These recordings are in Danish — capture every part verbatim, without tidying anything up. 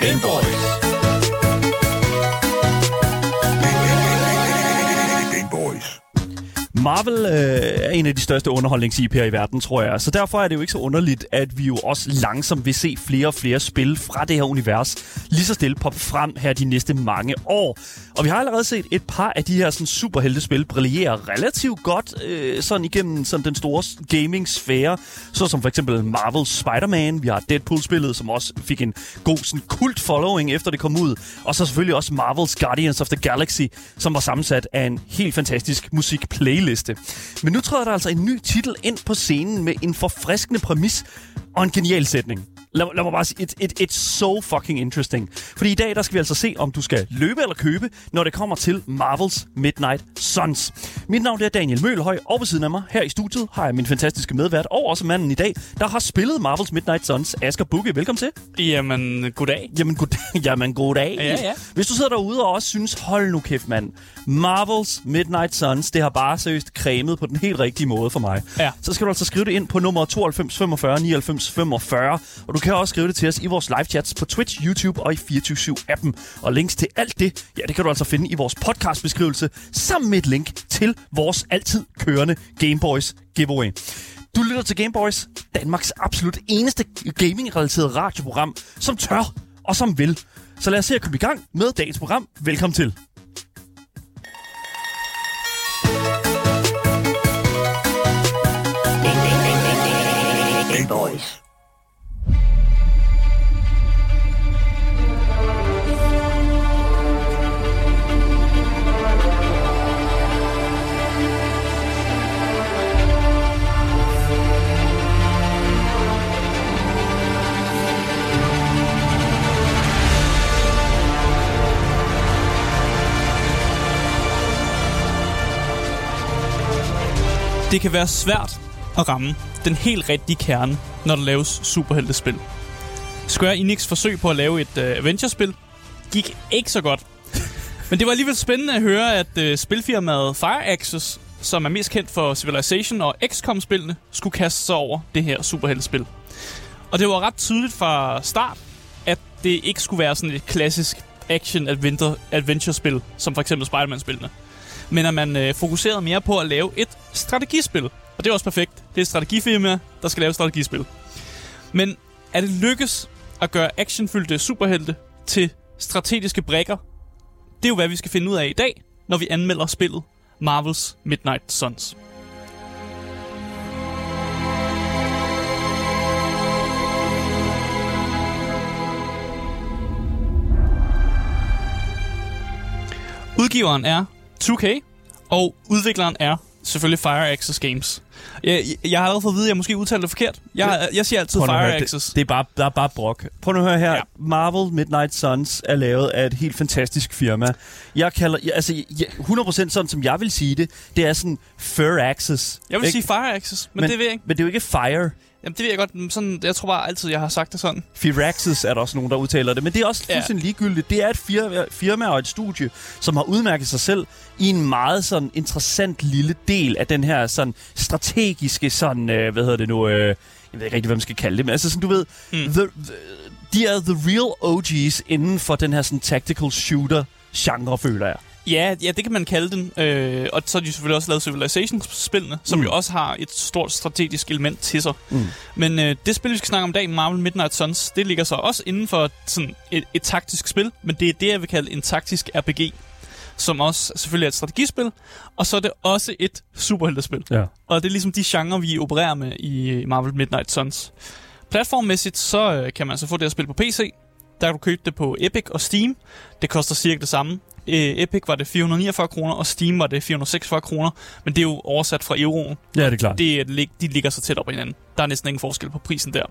Game Boys. Game Boys. Marvel øh, er en af de største underholdnings-I P'er i verden, tror jeg. Så derfor er det jo ikke så underligt, at vi jo også langsomt vil se flere og flere spil fra det her univers lige så stille poppe frem her de næste mange år. Og vi har allerede set et par af de her sådan, superheltespil brillere relativt godt øh, sådan igennem sådan, den store gaming-sfære. Så som for eksempel Marvel's Spider-Man. Vi har Deadpool-spillet, som også fik en god sådan, kult-following efter det kom ud. Og så selvfølgelig også Marvel's Guardians of the Galaxy, som var sammensat af en helt fantastisk musik-playlist. Men nu træder der altså en ny titel ind på scenen med en forfriskende præmis og en genial sætning. Lad, lad mig bare sige, it, it, it's so fucking interesting. Fordi i dag, der skal vi altså se, om du skal løbe eller købe, når det kommer til Marvel's Midnight Suns. Mit navn er Daniel Møhlhøj, og ved siden af mig her i studiet har jeg min fantastiske medvært, og også manden i dag, der har spillet Marvel's Midnight Suns, Asger Bugge. Velkommen til. Jamen, goddag. Jamen, goddag. Jamen, goddag. Ja, ja. Hvis du sidder derude og også synes, hold nu kæft, mand. Marvel's Midnight Suns, det har bare seriøst cremet på den helt rigtige måde for mig. Ja. Så skal du altså skrive det ind på nummer tooghalvfems femogfyrre nioghalvfems femogfyrre, og du kan også skrive det til os i vores live chats på Twitch, YouTube og i fireogtyve syv appen. Og links til alt det, ja, det kan du altså finde i vores podcastbeskrivelse, sammen med et link til vores altid kørende Game Boys giveaway. Du lytter til Game Boys, Danmarks absolut eneste gaming-relaterede radioprogram, som tør og som vil. Så lad os se at komme i gang med dagens program. Velkommen til. Game Boys. Det kan være svært at ramme den helt rigtige kerne, når der laves superheltespil. Square Enix forsøg på at lave et uh, adventure-spil gik ikke så godt. Men det var alligevel spændende at høre, at uh, spilfirmaet Firaxis, som er mest kendt for Civilization og X COM-spillene, skulle kaste sig over det her superheltespil. Og det var ret tydeligt fra start, at det ikke skulle være sådan et klassisk action-adventure-spil, som for eksempel Spider-Man-spillene. Men at man øh, fokuserede mere på at lave et strategispil. Og det er også perfekt. Det er et strategifirma, der skal lave et strategispil. Men er det lykkes at gøre actionfyldte superhelte til strategiske brikker? Det er jo, hvad vi skal finde ud af i dag, når vi anmelder spillet Marvel's Midnight Suns. Udgiveren er to K, og udvikleren er selvfølgelig Firaxis Games. Jeg, jeg har allerede fået at vide, at jeg måske udtalte det forkert. Jeg, jeg siger altid Firaxis. Det, det er bare, der er bare brok. Prøv nu at høre her. Ja. Marvel Midnight Suns er lavet af et helt fantastisk firma. Jeg kalder, jeg, altså jeg, hundrede procent sådan, som jeg vil sige det, det er sådan Firaxis. Jeg vil ikke? sige Firaxis, men, men det ved jeg ikke. Men det er jo ikke Fire. Jamen, det ved jeg godt. Sådan, jeg tror bare altid, jeg har sagt det sådan. Firaxis er der også nogen, der udtaler det. Men det er også fuldstændig ja. ligegyldigt. Det er et firma, firma og et studie, som har udmærket sig selv i en meget sådan interessant lille del af den her sådan strategiske sådan, øh, hvad hedder det nu, øh, jeg ved ikke rigtig, hvad man skal kalde det, men altså sådan, du ved, mm. the, the, de er the real O G's inden for den her sådan tactical shooter genre, føler jeg. Ja, ja, det kan man kalde den. Øh, og så har de selvfølgelig også lavet Civilization-spillene, som mm. jo også har et stort strategisk element til sig. Mm. Men øh, det spil, vi skal snakke om i dag, Marvel Midnight Suns, det ligger så også inden for sådan et, et taktisk spil, men det er det, jeg vil kalde en taktisk R P G, som også selvfølgelig er et strategispil, og så er det også et superheltespil. Ja. Og det er ligesom de genrer, vi opererer med i Marvel Midnight Suns. Platformmæssigt, så øh, kan man så få det at spille på P C. Der kan du købe det på Epic og Steam. Det koster cirka det samme. Epic var det fire hundrede niogfyrre kroner, og Steam var det fire hundrede seksogfyrre kroner. Men det er jo oversat fra euroen. Ja, det er klart. Det, de ligger så tæt op på hinanden. Der er næsten ingen forskel på prisen der.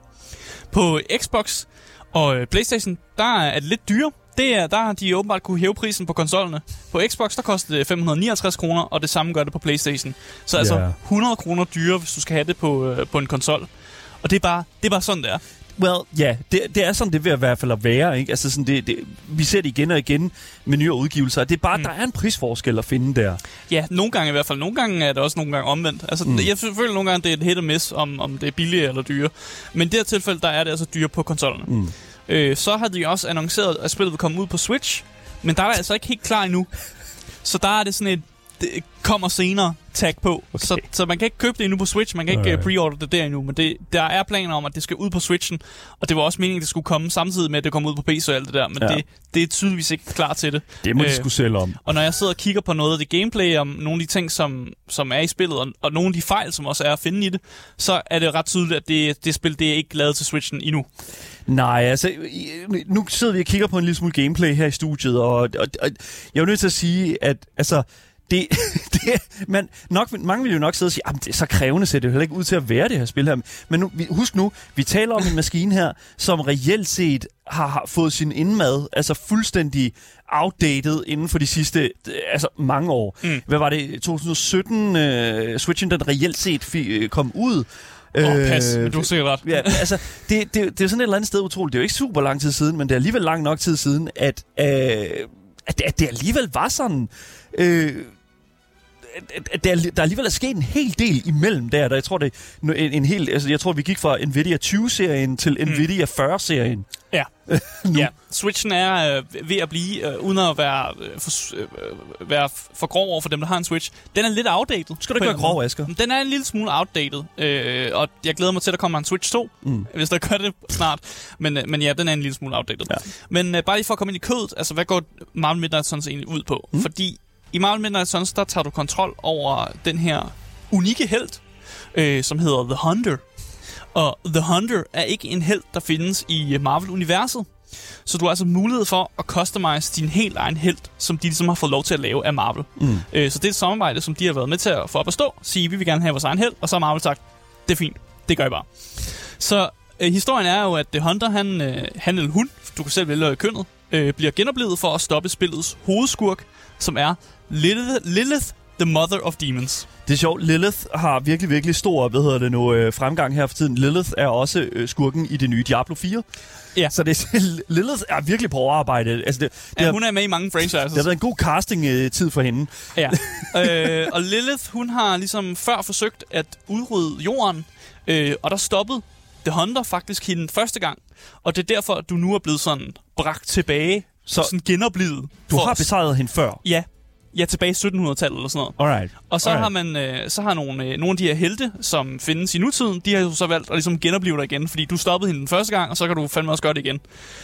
På Xbox og PlayStation, der er det lidt dyre. Det er, der har de åbenbart kunne hæve prisen på konsollerne. På Xbox, der koster det fem hundrede nioghalvtreds kroner, og det samme gør det på PlayStation. Så altså yeah. hundrede kroner dyre, hvis du skal have det på, øh, på en konsol. Og det er bare, det er bare sådan, det er. Well, ja, yeah, det, det er sådan, det vil i hvert fald at være, ikke? Altså sådan, det, det, vi ser det igen og igen med nye udgivelser. Det er bare, mm. der er en prisforskel at finde der. Ja, nogle gange i hvert fald. Nogle gange er det også nogle gange omvendt. Altså, mm. jeg føler nogle gange, det er et hit og miss, om, om det er billigere eller dyre. Men i det her tilfælde, der er det altså dyre på konsollerne. Mm. Øh, så har de også annonceret, at spillet vil komme ud på Switch, men der er det altså ikke helt klar endnu. Så der er det sådan et det kommer senere tag på. Okay. Så, så man kan ikke købe det endnu på Switch, man kan ikke okay. pre-order det der endnu, men det, der er planer om, at det skal ud på Switchen, og det var også meningen, at det skulle komme samtidig med, at det kommer ud på P C og alt det der, men ja. det, det er tydeligvis ikke klar til det. Det må de øh, skulle sælge om. Og når jeg sidder og kigger på noget af det gameplay, om nogle af de ting, som, som er i spillet, og, og nogle af de fejl, som også er at finde i det, så er det ret tydeligt, at det, det spil, det er ikke lavet til Switchen endnu. Nej, altså, nu sidder vi og kigger på en lille smule gameplay her i studiet, og, og, og jeg er nødt til at sige, at altså, det, det man, nok, mange vil jo nok sidde og sige, at det er så krævende, så det er heller ikke ud til at være det her spil her. Men nu, husk nu, vi taler om en maskine her, som reelt set har, har fået sin indmad, altså fuldstændig outdated inden for de sidste altså mange år. Mm. Hvad var det? tyve sytten uh, Switchen, den reelt set fi, kom ud. Åh, oh, pas. Øh, du er sikkert ret. Ja, altså, det, det, det er sådan et eller andet sted utroligt. Det er jo ikke super lang tid siden, men det er alligevel lang nok tid siden, at, øh, at, det, at det alligevel var sådan... Øh, at der, der alligevel er sket en hel del imellem der. der jeg tror, det en, en hel, altså, jeg tror, vi gik fra Nvidia tyve-serien til mm. Nvidia fyrre-serien. Ja. ja. Switchen er øh, ved at blive, øh, uden at være, øh, for, øh, være for grov over for dem, der har en Switch. Den er lidt outdated. Skal du ikke være grov, Asger? Den er en lille smule outdated, øh, og jeg glæder mig til, at der kommer en Switch to, mm. hvis der gør det snart. Men, øh, men ja, den er en lille smule outdated. Ja. Men øh, bare lige for at komme ind i kødet, altså hvad går Marvel Midnight Suns egentlig ud på? Mm. Fordi i Marvel Midnight Suns, der tager du kontrol over den her unikke helt, øh, som hedder The Hunter. Og The Hunter er ikke en helt, der findes i Marvel-universet. Så du har altså mulighed for at customize din helt egen helt, som de ligesom har fået lov til at lave af Marvel. Mm. Øh, så det er et samarbejde, som de har været med til at få op at stå. Sige, vi vil gerne have vores egen helt, og så har Marvel sagt, det er fint, det gør I bare. Så øh, historien er jo, at The Hunter, han, øh, han eller hun, du kan selv vælge kønnet, øh, bliver genoplevet for at stoppe spillets hovedskurk, som er Lilith, Lilith, the Mother of Demons. Det er sjovt. Lilith har virkelig, virkelig stor, hvad hedder det nu, øh, fremgang her for tiden. Lilith er også øh, skurken i det nye Diablo fire. Ja. Så det, Lilith er virkelig på overarbejde. Altså det, det ja, har, hun er med i mange franchises. Det har været en god casting-tid for hende. Ja. øh, og Lilith, hun har ligesom før forsøgt at udrydde jorden, øh, og der stoppede The Hunter faktisk hende første gang. Og det er derfor, at du nu er blevet sådan bragt tilbage, så sådan genoplevet. Du har besejret hende før? Ja. Ja, tilbage i syttenhundredetallet eller sådan noget. Alright. Og så Alright. har man øh, så har nogle øh, nogle af de her helte, som findes i nutiden, de har jo så valgt at ligesom genopleve dig igen, fordi du stoppede hende den første gang, og så kan du fandme også gøre det igen.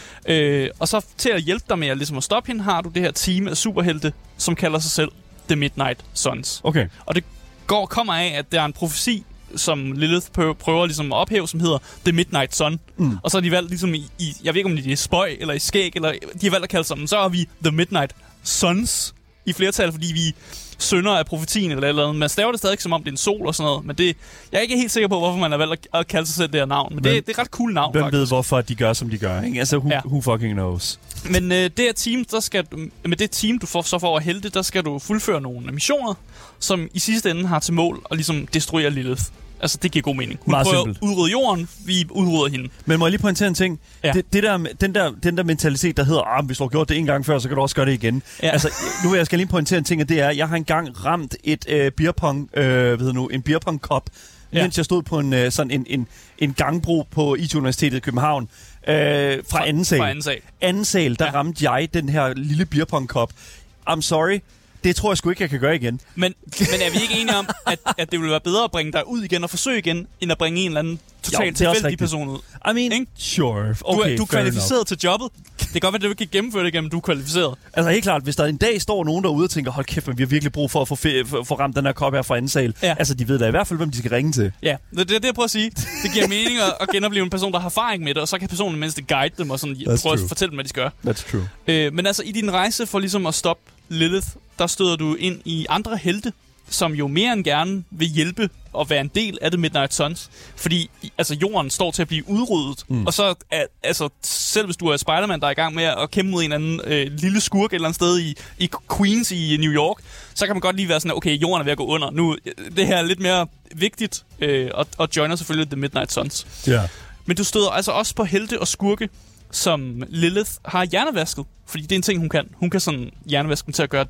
Øh, og så til at hjælpe dig med at ligesom at stoppe hende, har du det her team af superhelte, som kalder sig selv The Midnight Suns. Okay. Og det går kommer af, at der er en profeti, som Lilith prøver ligesom at ophæve, som hedder The Midnight Sun. Mm. Og så har de valgt ligesom i, i, jeg ved ikke om det er spøj eller i skæg, eller de har valgt at kalde sig, så er vi The Midnight Suns i flertal, fordi vi sønner af profetien eller eller andet. Man staver det stadig som om det er en sol og sådan noget, men det, jeg er ikke helt sikker på, hvorfor man har valgt at kalde sig selv det her navn. Men, men det, det er et ret cool navn, hvem faktisk. ved, hvorfor de gør, som de gør, ikke? Altså, who, ja. who fucking knows? Men øh, det her team, der skal, med det team, du får så for at helte, der skal du fuldføre nogle missioner, som i sidste ende har til mål at ligesom destruere Lilith. Altså, det giver god mening. Hun Meget prøver simpelt. at udrydde jorden, vi udrydder hende. Men må jeg lige pointere en ting? Ja. Det, det der, den, der, den der mentalitet, der hedder, ah, hvis du har gjort det en gang før, så kan du også gøre det igen. Ja. Altså, nu vil jeg skal lige pointere en ting, og det er, jeg har engang ramt et øh, beerpong, øh, hvad hedder nu, en beerpong-kop, ja. mens jeg stod på en, øh, sådan en, en, en gangbro på I T Universitetet i København, øh, fra, fra anden sal. Fra anden sal. Anden sal, der ja. ramte jeg den her lille beerpong-kop. I'm sorry. Det tror jeg sgu ikke, jeg kan gøre igen. Men, men er vi ikke enige om, at, at det ville være bedre at bringe dig ud igen og forsøge igen, end at bringe en eller anden totalt tilfældig person ud? I mean, ikke? Sure. Okay, du er, du er kvalificeret til jobbet. Det kan godt være, at du ikke kan gennemføre det igennem, du er kvalificeret. Altså helt klart, hvis der en dag står nogen derude og tænker, hold kæft, men vi har virkelig brug for at få, fe- for, for ramt den her kop her fra anden sal. Ja. Altså, de ved da i hvert fald, hvem de skal ringe til. Ja, det er det, jeg prøver at sige. Det giver mening at, at genopleve en person, der har erfaring med det, og så kan personen mindst guide dem og sådan, prøve at fortælle dem, hvad de skal gøre. That's true. Øh, men altså, i din rejse for ligesom at stoppe Lilith, der støder du ind i andre helte, som jo mere end gerne vil hjælpe og være en del af The Midnight Suns. Fordi altså, jorden står til at blive udryddet. Mm. Og så, altså, selv hvis du er Spider-Man, der er i gang med at kæmpe mod en anden øh, lille skurk et eller andet sted i, i Queens i New York, så kan man godt lige være sådan, okay, jorden er ved at gå under. Nu, det her er lidt mere vigtigt, øh, og, og joiner selvfølgelig The Midnight Suns. Yeah. Men du støder altså også på helte og skurke, som Lilith har hjernevasket. Fordi det er en ting, hun kan. Hun kan sådan hjernevaske dem til at gøre,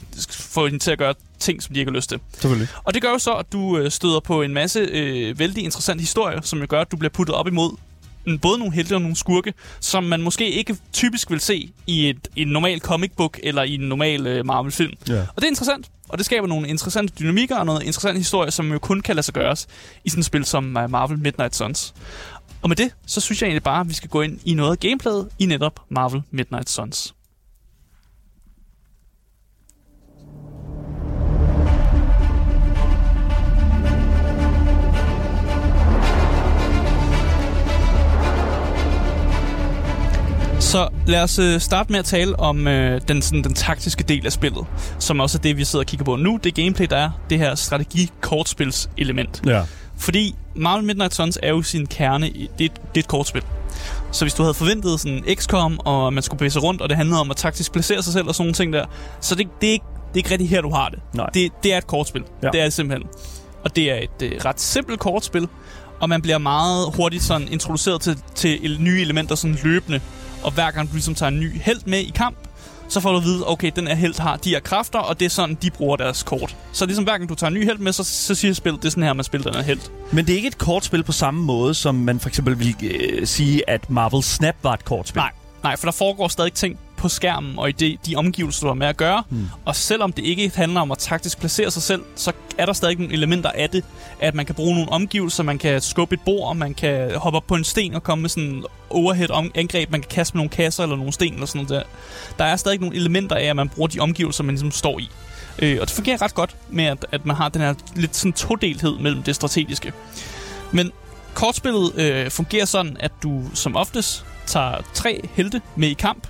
få hende til at gøre ting, som de ikke har lyst til. Selvfølgelig. Og det gør jo så, at du øh, støder på en masse øh, vældig interessante historier, som jo gør, at du bliver puttet op imod både nogle helte og nogle skurke, som man måske ikke typisk vil se i et, en normal comic book eller i en normal øh, Marvel-film. Ja. Og det er interessant, og det skaber nogle interessante dynamikker og noget interessant historie, som jo kun kan lade sig gøres i sådan et spil som Marvel Midnight Suns. Og med det, så synes jeg egentlig bare, at vi skal gå ind i noget af gameplayet i netop Marvel Midnight Suns. Så lad os øh, starte med at tale om øh, den, sådan, den taktiske del af spillet, som også er det, vi sidder og kigger på nu. Det gameplay, der er det her strategi-kortspils-element. Ja. Fordi Marvel Midnight Suns er jo sin kerne, i, det, er, det er et kortspil. Så hvis du havde forventet sådan X COM, og man skulle bevæge sig rundt, og det handlede om at taktisk placere sig selv og sådan nogle ting der, så det, det, er, ikke, det er ikke rigtig her, du har det. Nej. Det, det er et kortspil. Ja. Det er det simpelthen. Og det er et øh, ret simpelt kortspil, og man bliver meget hurtigt sådan introduceret til, til nye elementer sådan løbende. Og hver gang du ligesom tager en ny helt med i kamp, så får du at vide, okay, den her helt har de her kræfter, og det er sådan, de bruger deres kort. Så ligesom hver gang du tager en ny helt med, så, så siger spillet, det er sådan her, man spiller den her helt. Men det er ikke et kortspil på samme måde, som man for eksempel vil øh, sige, at Marvel Snap var et kortspil. Nej, nej, for der foregår stadig ting på skærmen og i de, de omgivelser, du har med at gøre. Hmm. Og selvom det ikke handler om at taktisk placere sig selv, så er der stadig nogle elementer af det, at man kan bruge nogle omgivelser, man kan skubbe et bord, man kan hoppe op på en sten og komme med sådan en overhead-angreb, man kan kaste med nogle kasser eller nogle sten eller sådan noget der. Der er stadig nogle elementer af, at man bruger de omgivelser, man ligesom står i. Øh, og det fungerer ret godt med, at, at man har den her lidt sådan todelthed mellem det strategiske. Men kortspillet øh, fungerer sådan, at du som oftest tager tre helte med i kamp,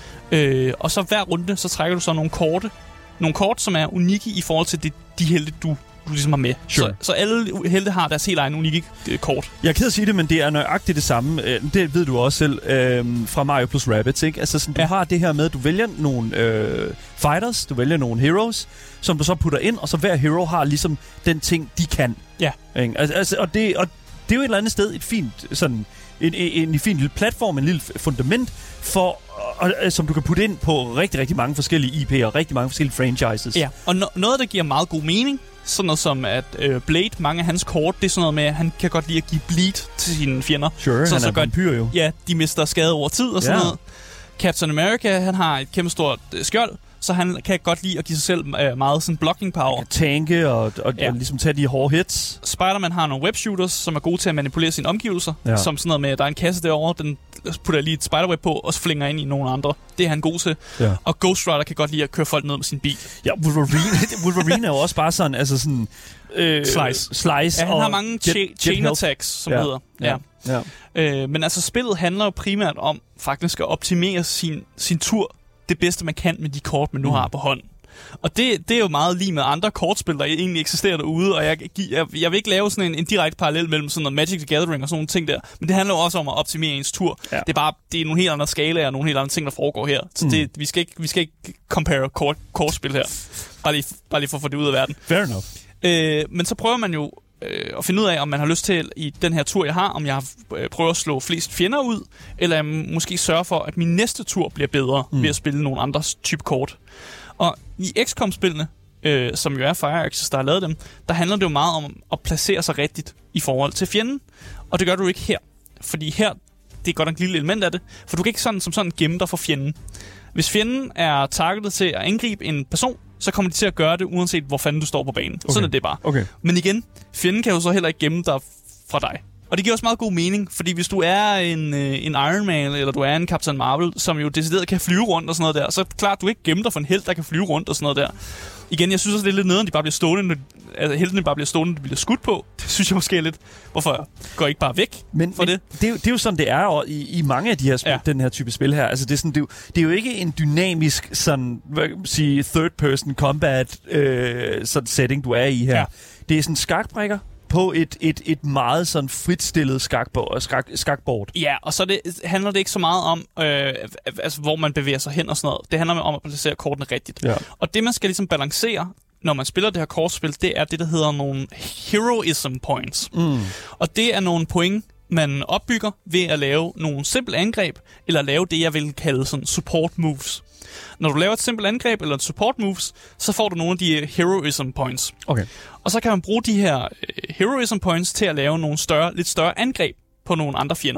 Øh, og så hver runde, så trækker du så nogle korte. Nogle kort, som er unikke i forhold til de, de helte, du, du ligesom har med. Sure. Så, så alle helte har deres helt egen unikke øh, kort. Jeg er ked at sige det, men det er nøjagtigt det samme. Det ved du også selv øh, fra Mario plus Rabbids, ikke? Altså sådan, du ja. har det her med, at du vælger nogle øh, fighters, du vælger nogle heroes, som du så putter ind, og så hver hero har ligesom den ting, de kan. Ja. Ikke? Altså, altså, og, det, og det er jo et eller andet sted et fint sådan en, en, en fin lille platform, en lille fundament for og, og, som du kan putte ind på rigtig, rigtig mange forskellige I P'er og rigtig mange forskellige franchises. Ja, og no- noget, der giver meget god mening, sådan noget som, at øh, Blade, mange af hans kort, det er sådan noget med, at han kan godt lide at give bleed til sine fjender. Sure, så, han så er en vampyr jo. Ja, de mister skade over tid og sådan ja. noget. Captain America, han har et kæmpe stort øh, skjold, så han kan godt lide at give sig selv øh, meget sådan blocking power. Han kan tanke og, og, ja. og ligesom tage de hårde hits. Spider-Man har nogle webshooters, som er gode til at manipulere sine omgivelser. Ja. Som sådan noget med, at der er en kasse derovre, den putter jeg lige et spiderweb på, og så flinger ind i nogle andre. Det er han god til. Ja. Og Ghost Rider kan godt lide at køre folk ned med sin bil. Ja, Wolverine, Wolverine er jo også bare sådan, altså sådan... Øh, slice. Slice. Ja, han har mange cha- get, chain get attacks, som ja. hedder. Ja. Ja. Ja. Øh, men altså, spillet handler jo primært om faktisk at optimere sin, sin tur det bedste, man kan med de kort, man nu mm. har på hånden. Og det, det er jo meget lige med andre kortspil, der egentlig eksisterer derude, og jeg, jeg, jeg vil ikke lave sådan en, en direkte parallel mellem sådan noget Magic the Gathering og sådan nogle ting der, men det handler jo også om at optimere ens tur. Ja. Det er bare det er nogle helt andre skalaer og nogle helt andre ting, der foregår her. Så det, mm. vi, skal ikke, vi skal ikke compare kort, kortspil her. Bare lige, bare lige for at få det ud af verden. Fair enough. Øh, men så prøver man jo øh, at finde ud af, om man har lyst til i den her tur, jeg har, om jeg øh, prøver at slå flest fjender ud, eller jeg måske sørge for, at min næste tur bliver bedre mm. ved at spille nogle andre type kort. Og i X COM-spillene, øh, som jo er Fireaxis, der har lavet dem, der handler det jo meget om at placere sig rigtigt i forhold til fjenden. Og det gør du ikke her. Fordi her, det er godt nok et lille element af det, for du kan ikke sådan, som sådan gemme dig for fjenden. Hvis fjenden er targetet til at angribe en person, så kommer de til at gøre det, uanset hvor fanden du står på banen. Okay. Sådan er det bare. Okay. Men igen, fjenden kan jo så heller ikke gemme dig fra dig. Og det giver også meget god mening, fordi hvis du er en, øh, en Iron Man, eller du er en Captain Marvel, som jo decideret kan flyve rundt og sådan noget der, så er det klart, du ikke gemmer dig for en helt, der kan flyve rundt og sådan noget der. Igen, jeg synes også, det er lidt nederen, de bare bliver stående, når, altså heltene bare bliver stående, når de bliver skudt på. Det synes jeg måske er lidt, hvorfor går I ikke bare væk men, for men det? Det er, jo, det er jo sådan, det er og i, i mange af de her spil, ja. den her type spil her. Altså, det er, sådan, det, er jo, det er jo ikke en dynamisk sådan, hvad kan man sige, third-person combat øh, sådan setting, du er i her. Ja. Det er sådan skakbrækker på et, et, et meget sådan fritstillet skakboard, skak, skakboard. Ja, og så det, handler det ikke så meget om, øh, altså, hvor man bevæger sig hen og sådan noget. Det handler om at placere kortene rigtigt. Ja. Og det, man skal ligesom balancere, når man spiller det her kortspil, det er det, der hedder nogle heroism points. Mm. Og det er nogle point, man opbygger ved at lave nogle simple angreb, eller lave det, jeg vil kalde sådan support moves. Når du laver et simpelt angreb eller et support moves, så får du nogle af de heroism points. Okay. Og så kan man bruge de her heroism points til at lave nogle større, lidt større angreb, på nogle andre fjender.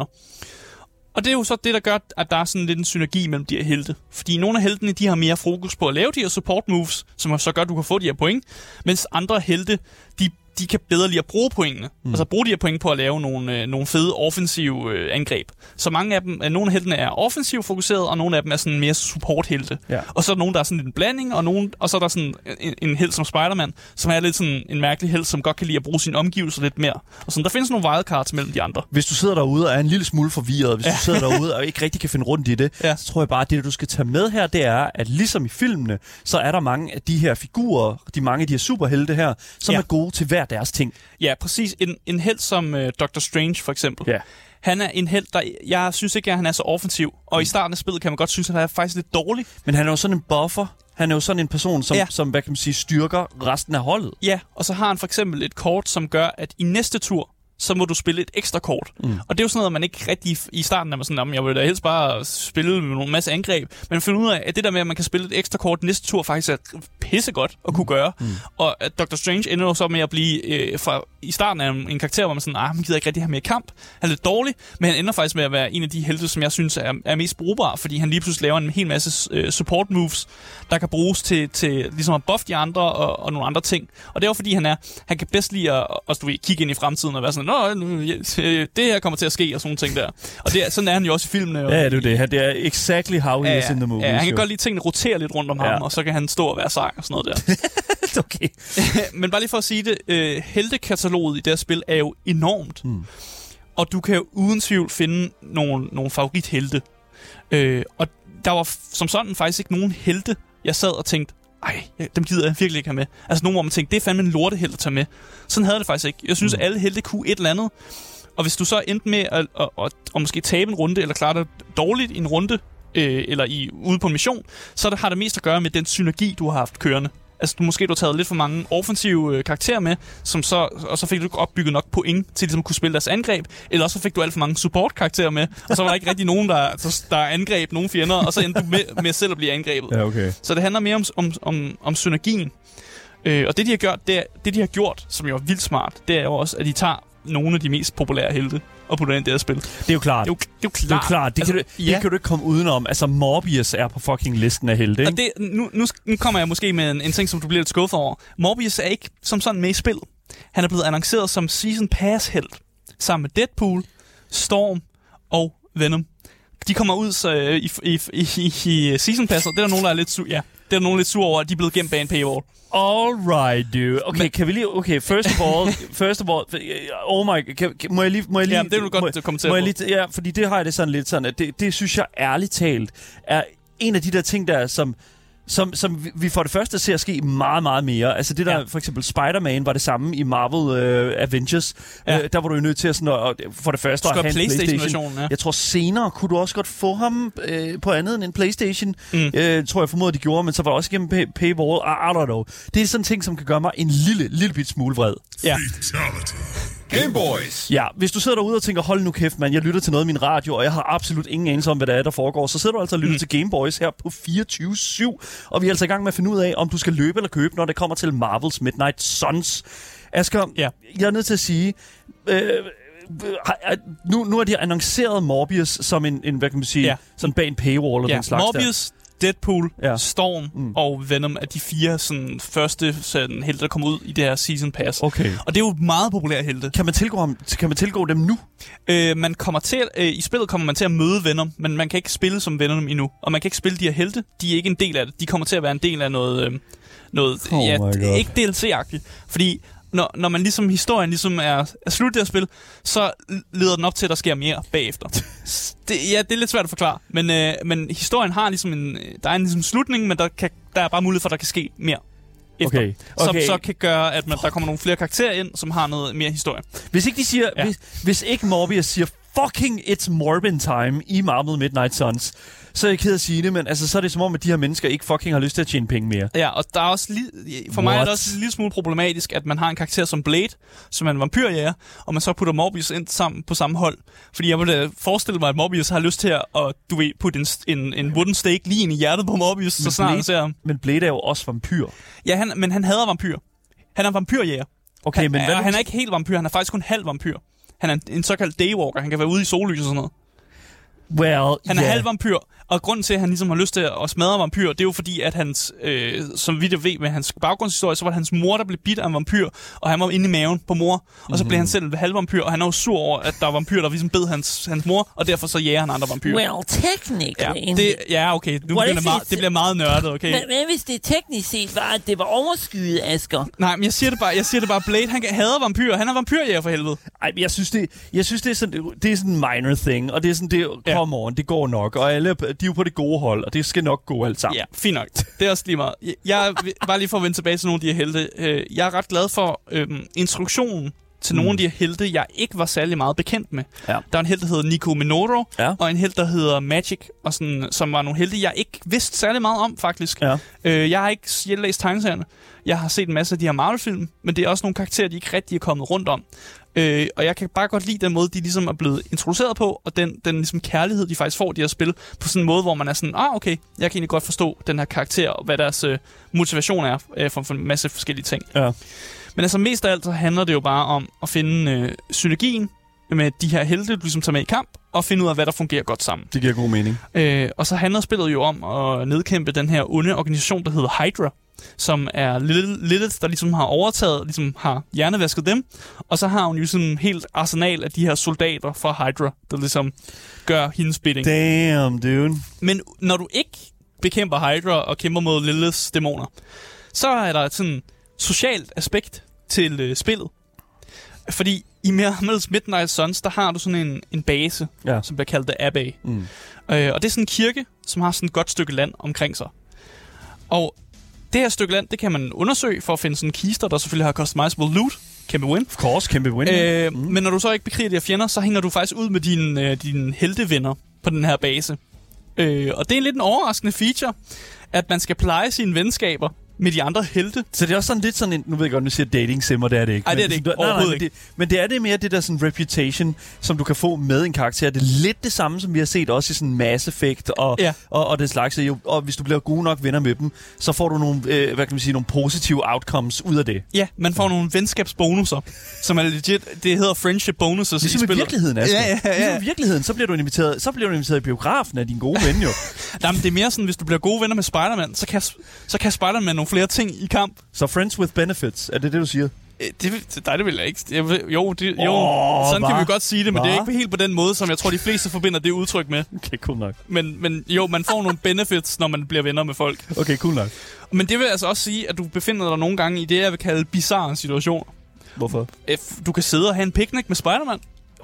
Og det er jo så det, der gør, at der er sådan lidt en synergi mellem de her helte. Fordi nogle af heltene, de har mere fokus på at lave de her support moves, som så gør, at du kan få de her point, mens andre helte, de de kan bedre lide at bruge pointene. Mm. Altså bruge de her point på at lave nogle, øh, nogle fede offensive øh, angreb. Så mange af dem, øh, nogle af heltene er offensivt fokuseret, og nogle af dem er sådan mere support-helte. Ja. Og så er der nogen, der er sådan en blanding, og, nogen, og så er der sådan en, en helt som Spider-Man, som er lidt sådan en mærkelig helt, som godt kan lide at bruge sine omgivelser lidt mere. Og sådan, der findes nogle wildcards mellem de andre. Hvis du sidder derude og er en lille smule forvirret, hvis ja. du sidder derude og ikke rigtig kan finde rundt i det, ja. så tror jeg bare, at det, du skal tage med her, det er, at ligesom i filmene, så er der mange af de her figurer, de mange af de her superhelte her, som ja. er gode til hver deres ting. Ja, præcis. En, en helt som uh, Doctor Strange, for eksempel. Ja. Han er en helt, der... Jeg synes ikke, at han er så offensiv. Og mm. i starten af spillet kan man godt synes, at han er faktisk lidt dårlig. Men han er jo sådan en buffer. Han er jo sådan en person, som, ja. som hvad kan man sige, styrker resten af holdet. Ja, og så har han for eksempel et kort, som gør, at i næste tur, så må du spille et ekstra kort. Mm. Og det er jo sådan noget, man ikke rigtig... I starten er man sådan, jeg vil da helst bare spille med en masse angreb. Men man finder ud af, at det der med, at man kan spille et ekstra kort næste tur, faktisk er pissegodt at kunne gøre. Mm. Og at Doctor Strange ender jo så med at blive... Øh, fra, I starten af en, en karakter, hvor man sådan, ah, man gider ikke rigtig have mere kamp. Han er lidt dårlig, men han ender faktisk med at være en af de helte, som jeg synes er, er mest brugbare, fordi han lige pludselig laver en hel masse øh, support moves, der kan bruges til, til ligesom at buffe de andre og, og nogle andre ting. Og det er jo fordi, han er... Han kan bedst lide at, at du ved, kigge ind i fremtiden og være sådan, nå, det her kommer til at ske, og sådan nogle ting der. Og det er, sådan er han jo også i filmene. Ja, det er det. Det er exactly how he ja, is in the movie. Ja, han kan godt lide tingene rotere lidt rundt om ja. ham, og så kan han stå og være sej og sådan noget der. Okay. Men bare lige for at sige det, øh, heltekataloget i det her spil er jo enormt. Hmm. Og du kan jo uden tvivl finde nogle, nogle favorithelte. Øh, og der var som sådan faktisk ikke nogen helte, jeg sad og tænkte, ej, dem gider jeg virkelig ikke have med. Altså nogen, hvor man tænkte, det er fandme en lortehelt at tage med. Sådan havde det faktisk ikke. Jeg synes, mm. at alle helte kunne et eller andet. Og hvis du så endte med at, at, at, at måske tabe en runde, eller klare dig dårligt i en runde, øh, eller i, ude på en mission, så det har det mest at gøre med den synergi, du har haft kørende. Altså, du måske du har taget lidt for mange offensive øh, karakterer med, som så, og så fik du opbygget nok point til ligesom at kunne spille deres angreb, eller også så fik du alt for mange support-karakterer med, og så var der ikke rigtig nogen, der, der angreb nogle fjender, og så endte du med, med selv at blive angrebet. Ja, okay. Så det handler mere om, om, om, om synergien. Øh, og det de, har gjort, det, er, det, de har gjort, som jo er vildt smart, det er jo også, at de tager nogle af de mest populære helte og putter ind i det her spil. Det er jo klart. Det er jo, det er jo klart. Det er jo klart. Det, altså, kan du, ja. det kan du ikke komme udenom. Altså, Morbius er på fucking listen af helte, ikke? Og det, nu, nu, nu kommer jeg måske med en, en ting, som du bliver lidt skuffet over. Morbius er ikke som sådan med i spil. Han er blevet annonceret som Season Pass-helt, sammen med Deadpool, Storm og Venom. De kommer ud så, øh, i, i, i, i, i Season Pass, og det er der nogen, der er lidt sur. Ja, det er der nogen lidt sur over, at de er blevet gemt bag en paywall. All right, dude. Okay, Men, kan vi lige... Okay, first of all... first of all... Oh my... Kan, må jeg lige... Må jeg lige ja, det vil du godt kommentere må jeg lige, Ja, fordi det har jeg det sådan lidt sådan, at det, det synes jeg ærligt talt er en af de der ting, der som... Som, som vi for det første ser ske meget, meget mere. Altså det der, ja. for eksempel Spider-Man var det samme i Marvel uh, Avengers. Ja. Uh, der var du jo nødt til at sådan, og for det første at have en PlayStation. Ja. Jeg tror senere kunne du også godt få ham uh, på andet end en PlayStation. Mm. Uh, tror jeg formoder, de gjorde, men så var det også igennem pay- paywall. I, I don't know. Det er sådan en ting, som kan gøre mig en lille, lille bit smule vred. Ja. Game Boys. Ja, hvis du sidder derude og tænker, hold nu kæft, man, jeg lytter til noget af min radio, og jeg har absolut ingen anelse om, hvad der er, der foregår, så sidder du altså og lytter mm. til Game Boys her på fireogtyve syv, og vi er altså i gang med at finde ud af, om du skal løbe eller købe, når det kommer til Marvels Midnight Suns. Asger, ja. jeg er nødt til at sige... Øh, nu, nu er de annonceret Morbius som en, en hvad kan man sige, ja. sådan bag en paywall eller ja. den slags Morbius, der. Deadpool, ja. Storm mm. og Venom er de fire sådan, første sådan, helte, der kommer ud i det her Season Pass. Okay. Og det er jo meget populære helte. Kan man tilgå, ham, kan man tilgå dem nu? Øh, man kommer til, øh, I spillet kommer man til at møde Venom, men man kan ikke spille som Venom endnu. Og man kan ikke spille de her helte. De er ikke en del af det. De kommer til at være en del af noget... Øh, noget oh ja, ikke D L C-agtigt. Fordi... Når, når man ligesom historien ligesom er, er slut det her spil, så leder den op til, at der sker mere bagefter. Det, ja, det er lidt svært at forklare. Men, øh, men historien har ligesom en... Der er en ligesom slutning, men der, kan, der er bare mulighed for, at der kan ske mere efter. Okay. Okay. Som så kan gøre, at man, der kommer nogle flere karakterer ind, som har noget mere historie. Hvis ikke de siger... Ja. Hvis, hvis ikke Morbius siger, fucking it's Morbin time i Marvel Midnight Suns, så er jeg ked at sige det, men altså, så er det som om, at de her mennesker ikke fucking har lyst til at tjene penge mere. Ja, og der er også li- for mig What? er det også en lille smule problematisk, at man har en karakter som Blade, som er en vampyrjæger, og man så putter Morbius ind sammen på samme hold. Fordi jeg ville forestille mig, at Morbius har lyst til at, og, du ved, putte en, en, en wooden stake lige ind i hjertet på Morbius, men så snart Blade, ser ham. Men Blade er jo også vampyr. Ja, han, men han hader vampyr. Han er vampyrjæger. Okay, han, men hvad han er ikke helt vampyr, han er faktisk kun halv vampyr. Han er en, en såkaldt daywalker. Han kan være ude i sollys og sådan noget. Well, Han er yeah. halv vampyr, og grunden til, at han ligesom har lyst til at smadre vampyr, det er jo fordi, at hans, øh, som vi det ved med hans baggrundshistorie, så var det hans mor, der blev bidt af en vampyr, og han var inde i maven på mor, og så blev han selv halv vampyr, og han er jo sur over, at der var vampyr, der ligesom bed hans, hans mor, og derfor så jager han andre vampyrer. Well, technically... Ja, det, ja okay, nu begynder meget, det bliver meget nørdet, okay? Men, men hvis det teknisk set var, at det var overskyet, Asger? Nej, men jeg siger det bare, jeg siger det bare, Blade, han hader vampyrer, han er vampyrjæger for helvede. Ej, jeg synes, det, jeg synes, det er sådan, det er sådan en minor thing, og det er sådan, det come on, det går nok, og alle, de er jo på det gode hold, og det skal nok gå alt sammen. Ja, fint nok. Det er også lige meget. Jeg, bare lige for at vende tilbage til nogle af de her helte. Jeg er ret glad for øhm, instruktionen til mm. nogle af de her helte, jeg ikke var særlig meget bekendt med. Ja. Der er en helt, der hedder Nico Minoru, ja. og en helt, der hedder Magic, og sådan, som var nogle helte, jeg ikke vidste særlig meget om, faktisk. Ja. Øh, jeg har ikke jeg læst tegneserierne. Jeg har set en masse af de her Marvel-film, men det er også nogle karakterer, de ikke rigtig er kommet rundt om. Øh, og jeg kan bare godt lide den måde, de ligesom er blevet introduceret på, og den, den ligesom kærlighed, de faktisk får, de her spil, på sådan en måde, hvor man er sådan, ah okay, jeg kan egentlig godt forstå den her karakter, og hvad deres øh, motivation er øh, for, for en masse forskellige ting. Ja. Men altså mest af alt, så handler det jo bare om at finde øh, synergien med de her helte, du ligesom tager med i kamp, og finde ud af, hvad der fungerer godt sammen. Det giver god mening. Øh, og så handler spillet jo om at nedkæmpe den her onde organisation, der hedder Hydra, som er Lilith, der ligesom har overtaget, ligesom har hjernevasket dem, og så har hun jo sådan en helt arsenal af de her soldater fra Hydra, der ligesom gør hendes bidding. Damn, dude. Men når du ikke bekæmper Hydra og kæmper mod Liliths dæmoner, så er der sådan et socialt aspekt til øh, spillet. Fordi i Marvel's Midnight Suns, der har du sådan en, en base, ja. som bliver kaldt The Abbey. Mm. Øh, og det er sådan en kirke, som har sådan et godt stykke land omkring sig. Og det her stykke land, det kan man undersøge for at finde sådan kister, der selvfølgelig har customizable loot. Kæmpe win. Of course, kæmpe win. Øh, mm. Men når du så ikke bekriger de her fjender, så hænger du faktisk ud med dine, øh, dine heltevenner på den her base. Øh, og det er en lidt en overraskende feature, at man skal pleje sine venskaber med de andre helte. Så det er også sådan lidt sådan en, nu ved jeg godt, nu siger dating sim, og det er det ikke. Nej, det er det ikke. Nej, nej, men, det, men det er det mere det der sådan reputation, som du kan få med en karakter. Det er lidt det samme, som vi har set også i sådan Mass Effect og, ja. og, og det slags. Og hvis du bliver gode nok venner med dem, så får du nogle, øh, hvad kan man sige, nogle positive outcomes ud af det. Ja, man får ja. nogle venskabsbonusser, som er legit, det hedder friendship bonuses ligesom i spillet. I virkeligheden, Asger. Ja, ja, ja. Ligesom i virkeligheden, så bliver du inviteret, så bliver du inviteret i biografen af din gode ven, jo. Nej, men det er mere sådan, hvis du bliver gode venner med Spider-Man, så kan, så kan Spider-Man nogle flere ting i kamp. Så friends with benefits, er det det, du siger? Det, nej, det vil jeg ikke. Jeg vil, jo, det, jo oh, sådan hva? kan vi godt sige det, men hva? det er ikke helt på den måde, som jeg tror, de fleste forbinder det udtryk med. Okay, cool nok. Men, men jo, man får nogle benefits, når man bliver venner med folk. Okay, cool nok. Men det vil altså også sige, at du befinder dig nogle gange i det, jeg vil kalde bizarre situationer. Hvorfor? Du kan sidde og have en picnic med Spider-Man.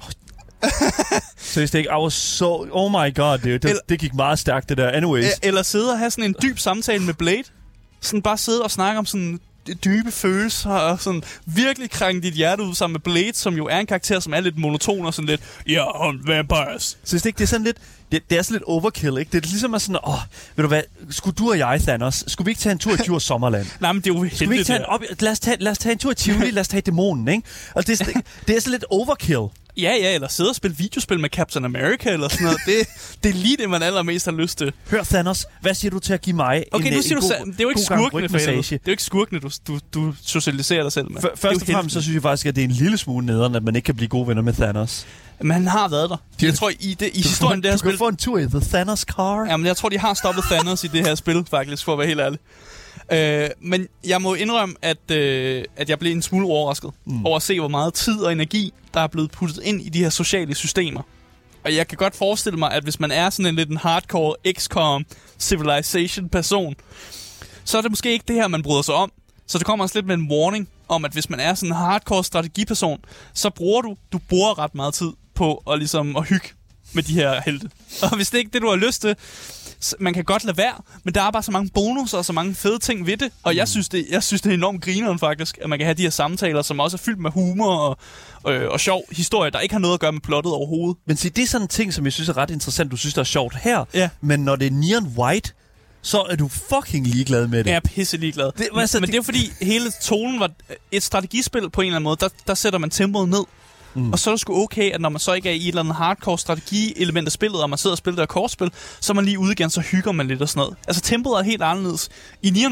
Så det ikke, I was so... Oh my god, dude. Det, eller, det gik meget stærkt, det der. Anyways. Eller sidde og have sådan en dyb samtale med Blade. Sådan bare sidde og snakke om sådan dybe følelser og sådan virkelig krænge dit hjerte ud sammen med Blade, som jo er en karakter, som er lidt monoton og sådan lidt, ja, yeah, vampires. Så det, det er sådan lidt, det, det er sådan lidt overkill, ikke? Det er ligesom sådan, åh, ved du hvad, skulle du og jeg, Thanos, skulle vi ikke tage en tur i Djurs Sommerland? Nej, men det er jo skulle vi ikke tage en op, lad, os tage, lad os tage en tur i Tivoli, lad os tage dæmonen, ikke? Og det, det, det er sådan lidt overkill. Ja, ja, eller sidde og spille videospil med Captain America eller sådan noget. Det, det er lige det, man allermest har lyst til. Hør, Thanos, hvad siger du til at give mig okay, en, nu siger en du, god, det er jo ikke skurkene for helvede. Det er jo ikke skurkene, du, du, du socialiserer dig selv med. F- først og fremmest, så synes jeg faktisk, at det er en lille smule nederen, at man ikke kan blive gode venner med Thanos. Men han har været der. De, jeg tror, i, det, i historien det her spil... Du kan få en tur i The Thanos Car. Jamen, jeg tror, de har stoppet Thanos i det her spil, faktisk, for at være helt ærlig. Øh, men jeg må indrømme, at, øh, at jeg blev en smule overrasket mm. over at se, hvor meget tid og energi, der er blevet puttet ind i de her sociale systemer. Og jeg kan godt forestille mig, at hvis man er sådan en lidt en hardcore X COM Civilization-person, så er det måske ikke det her, man bryder sig om. Så det kommer også lidt med en warning om, at hvis man er sådan en hardcore strategiperson, så bruger du, du bruger ret meget tid på at, ligesom, at hygge med de her helte. Og hvis det ikke er det, du har lyst til, man kan godt lade være, men der er bare så mange bonusser og så mange fede ting ved det. Og mm. jeg, synes, det, jeg synes, det er enormt grineren faktisk, at man kan have de her samtaler, som også er fyldt med humor og, øh, og sjov historie, der ikke har noget at gøre med plottet overhovedet. Men se, det er sådan en ting, som jeg synes er ret interessant, du synes, der er sjovt her. Ja. Men når det er neon white, så er du fucking ligeglad med det. Jeg er pisse ligeglad. Det, men, altså, men det er jo fordi, hele tonen var et strategispil på en eller anden måde. Der, der sætter man tempoet ned. Mm. Og så er det sgu okay, at når man så ikke er i et eller andet hardcore strategi-element af spillet, og man sidder og spiller det her kortspil, så er man lige ude igen, så hygger man lidt og sådan noget. Altså tempoet er helt anderledes. I Neon White,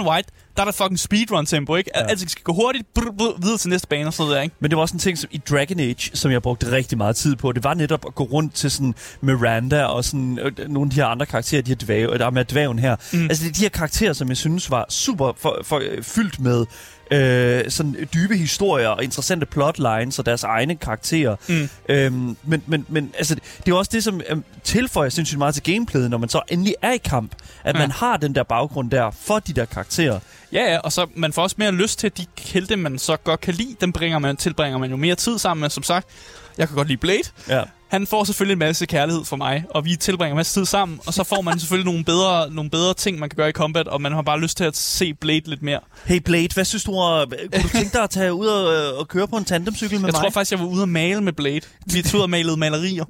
der er der fucking speedrun-tempo, ikke? Ja. Alt skal gå hurtigt, brr, brr, videre til næste bane og sådan noget der, ikke? Men det var også en ting som i Dragon Age, som jeg brugte rigtig meget tid på. Det var netop at gå rundt til sådan Miranda og sådan øh, nogle af de her andre karakterer, de her dvæve, der er med dvæven her. Mm. Altså det er de her karakterer, som jeg synes var super for, for, fyldt med Øh, sådan dybe historier og interessante plotlines og deres egne karakterer. Mm. Øhm, men, men, men altså, det er jo også det, som øhm, tilføjer sindssygt meget til gameplayet, når man så endelig er i kamp, at ja. man har den der baggrund der for de der karakterer. Ja, ja, og så man får også mere lyst til, at de helte, man så godt kan lide, dem bringer man, tilbringer man jo mere tid sammen med. Som sagt, jeg kan godt lide Blade. Ja. Han får selvfølgelig en masse kærlighed for mig, og vi tilbringer en masse tid sammen, og så får man selvfølgelig nogle bedre, nogle bedre ting, man kan gøre i combat, og man har bare lyst til at se Blade lidt mere. Hey Blade, hvad synes du, kunne du tænke dig at tage ud og, og køre på en tandemcykel med jeg mig? Jeg tror faktisk, jeg var ude og male med Blade. Vi tog ud og malede malerier.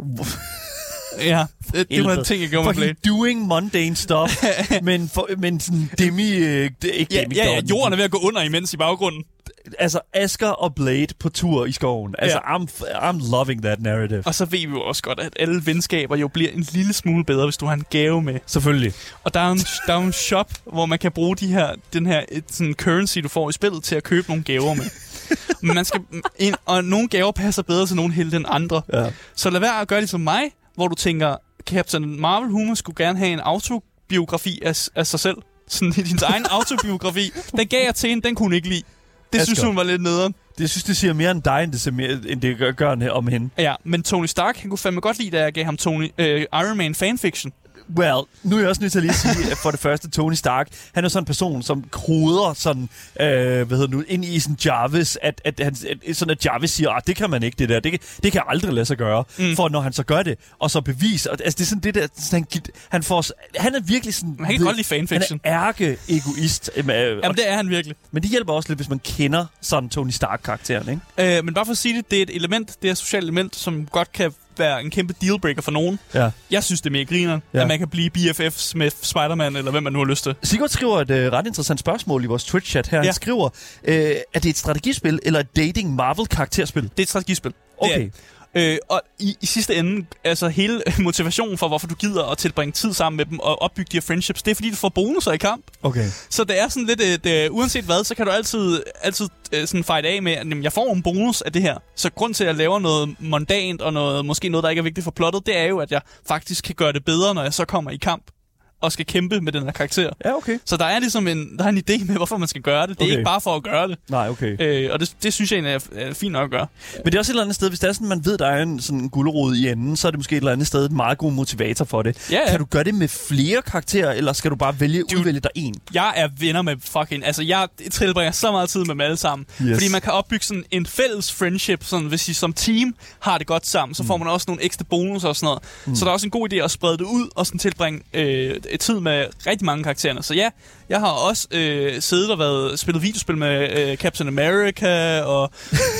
Ja, det, det var en ting, jeg gjorde med Blade. Doing mundane stuff, men, for, men sådan demi... Øh, ikke ja, demi ja, ja, jorden er ved at gå under imens i baggrunden. Altså, Asger og Blade på tur i skoven. Altså, ja. I'm, I'm loving that narrative. Og så ved vi jo også godt, at alle venskaber jo bliver en lille smule bedre, hvis du har en gave med. Selvfølgelig. Og der er en, der er en shop, hvor man kan bruge de her, den her sådan currency, du får i spillet, til at købe nogle gaver med. Men man skal, en, og nogle gaver passer bedre til nogle helte end andre. Ja. Så lad være at gøre det som mig, hvor du tænker, Captain Marvel Humor skulle gerne have en autobiografi af, af sig selv. Sådan i din egen autobiografi. Den gav jeg til hende, den kunne hun ikke lide. Det Asger. Synes hun var lidt nederen. Det synes, det siger mere om dig, end det, siger mere, end det gør, gør om hende. Ja, men Tony Stark, han kunne fandme godt lide, da jeg gav ham Tony, øh, Iron Man fanfiction. Well, nu er jeg også nødt til at lige sige, for det første, Tony Stark, han er sådan en person, som koder sådan, øh, hvad hedder nu, ind i sådan Jarvis, at, at, han, at, sådan at Jarvis siger, ah, det kan man ikke, det der, det kan, det kan aldrig lade sig gøre, mm. for når han så gør det, og så beviser, altså det er sådan det der, sådan, han, han får, han er virkelig sådan, han kan godt lide fanfiction. Han er ærke-egoist. Øh, Jamen det er han virkelig. Men det hjælper også lidt, hvis man kender sådan Tony Stark-karakteren, ikke? Øh, men bare for at sige det, det er et element, det er et socialt element, som godt kan være en kæmpe dealbreaker for nogen. Ja. Jeg synes, det er mere grineren, ja. At man kan blive B F F's med Spider-Man, eller hvem man nu har lyst til. Sigurd skriver et uh, ret interessant spørgsmål i vores Twitch-chat her. Ja. Han skriver, uh, er det et strategispil, eller et dating Marvel-karakterspil? Det er et strategispil. Okay. Øh, og i, i sidste ende, altså hele motivationen for, hvorfor du gider at tilbringe tid sammen med dem og opbygge de her friendships, det er, fordi du får bonusser i kamp. Okay. Så det er sådan lidt, øh, det, uanset hvad, så kan du altid, altid øh, sådan fight af med, at jamen, jeg får en bonus af det her. Så grund til, at jeg laver noget mondant og noget, måske noget, der ikke er vigtigt for plottet, det er jo, at jeg faktisk kan gøre det bedre, når jeg så kommer i kamp og skal kæmpe med den her karakter. Ja, okay. Så der er ligesom en, der er en idé med, hvorfor man skal gøre det. Det er okay. Ikke bare for at gøre det. Nej, okay. Øh, og det, det synes jeg egentlig er, er fint nok at gøre. Men det er også et eller andet sted, hvis det er sådan, man ved, der er en sådan gulerod i enden, så er det måske et eller andet sted et meget god motivator for det. Ja, ja. Kan du gøre det med flere karakterer, eller skal du bare vælge, du, udvælge dig en? Jeg er venner med fucking... Altså, jeg tilbringer så meget tid med dem alle sammen. Yes. Fordi man kan opbygge sådan en fælles friendship, sådan, hvis I som team har det godt sammen, så får man også nogle ekstra bonus og sådan noget. Mm. Så der er også en god idé at sprede det ud, og sådan tilbringe øh, tid med rigtig mange karakterer. Så ja, jeg har også øh, siddet og været, spillet videospil med øh, Captain America, og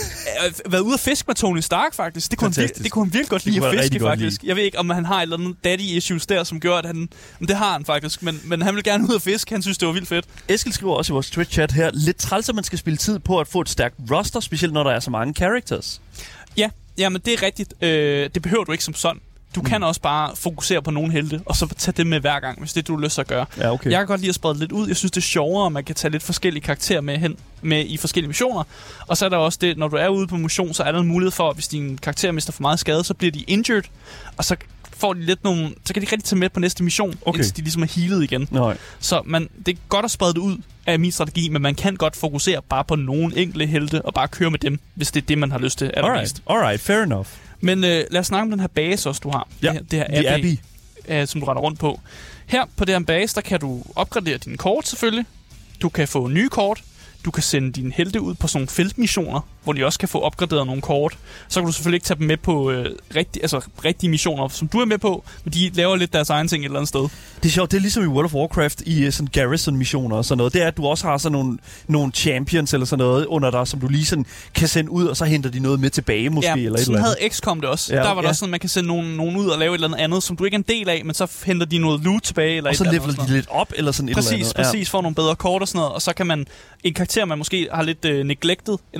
øh, været ude at fiske med Tony Stark, faktisk. Det kunne, han, det kunne han virkelig godt lide at fiske, faktisk. Jeg ved ikke, om han har et eller andet daddy-issues der, som gør, at han... Men det har han faktisk, men, men han vil gerne ud at fiske. Han synes, det var vildt fedt. Eskild skriver også i vores Twitch-chat her, lidt træls, at man skal spille tid på at få et stærkt roster, specielt når der er så mange characters. Ja, ja, men det er rigtigt. Øh, det behøver du ikke som sådan. Du mm. kan også bare fokusere på nogle helte, og så tage det med hver gang, hvis det du har lyst til at gøre. Ja, okay. Jeg kan godt lide at sprede lidt ud. Jeg synes, det er sjovere, at man kan tage lidt forskellige karakterer med hen med i forskellige missioner. Og så er der også det, når du er ude på mission, så er der en mulighed for, at hvis din karakter mister for meget skade, så bliver de injured, og så får de lidt nogle, så kan de ikke rigtig tage med på næste mission, okay. Indtil de ligesom er healet igen. Nej. Så man, det er godt at sprede det ud af min strategi, men man kan godt fokusere bare på nogle enkelte helte, og bare køre med dem, hvis det er det, man har lyst til allermest. Alright, alright, fair enough. Men øh, lad os snakke om den her base også, du har. Ja, det her, det her Abbey, Abbey. Øh, som du render rundt på. Her på det her base, der kan du opgradere dine kort selvfølgelig. Du kan få nye kort. Du kan sende dine helte ud på sådan nogle feltmissioner, hvor de også kan få opgraderet nogle kort. Så kan du selvfølgelig ikke tage dem med på øh, rigtig, altså, rigtige missioner, som du er med på, men de laver lidt deres egen ting et eller andet sted. Det er sjovt, det er ligesom i World of Warcraft i sådan Garrison-missioner og sådan noget. Det er, at du også har sådan nogle, nogle champions eller sådan noget under dig, som du lige sådan kan sende ud, og så henter de noget med tilbage måske. Ja, eller et sådan eller andet. havde X COM det også. Ja, der var ja. Der også sådan, man kan sende nogen, nogen ud og lave et eller andet andet, som du ikke er en del af, men så henter de noget loot tilbage. Eller og et så eller leveler de lidt op eller sådan præcis, et eller andet. Præcis, præcis. Ja. Får nogle bedre kort og sådan noget, og så kan man en karakter, man måske har lidt øh, neglected, eller måske ikke har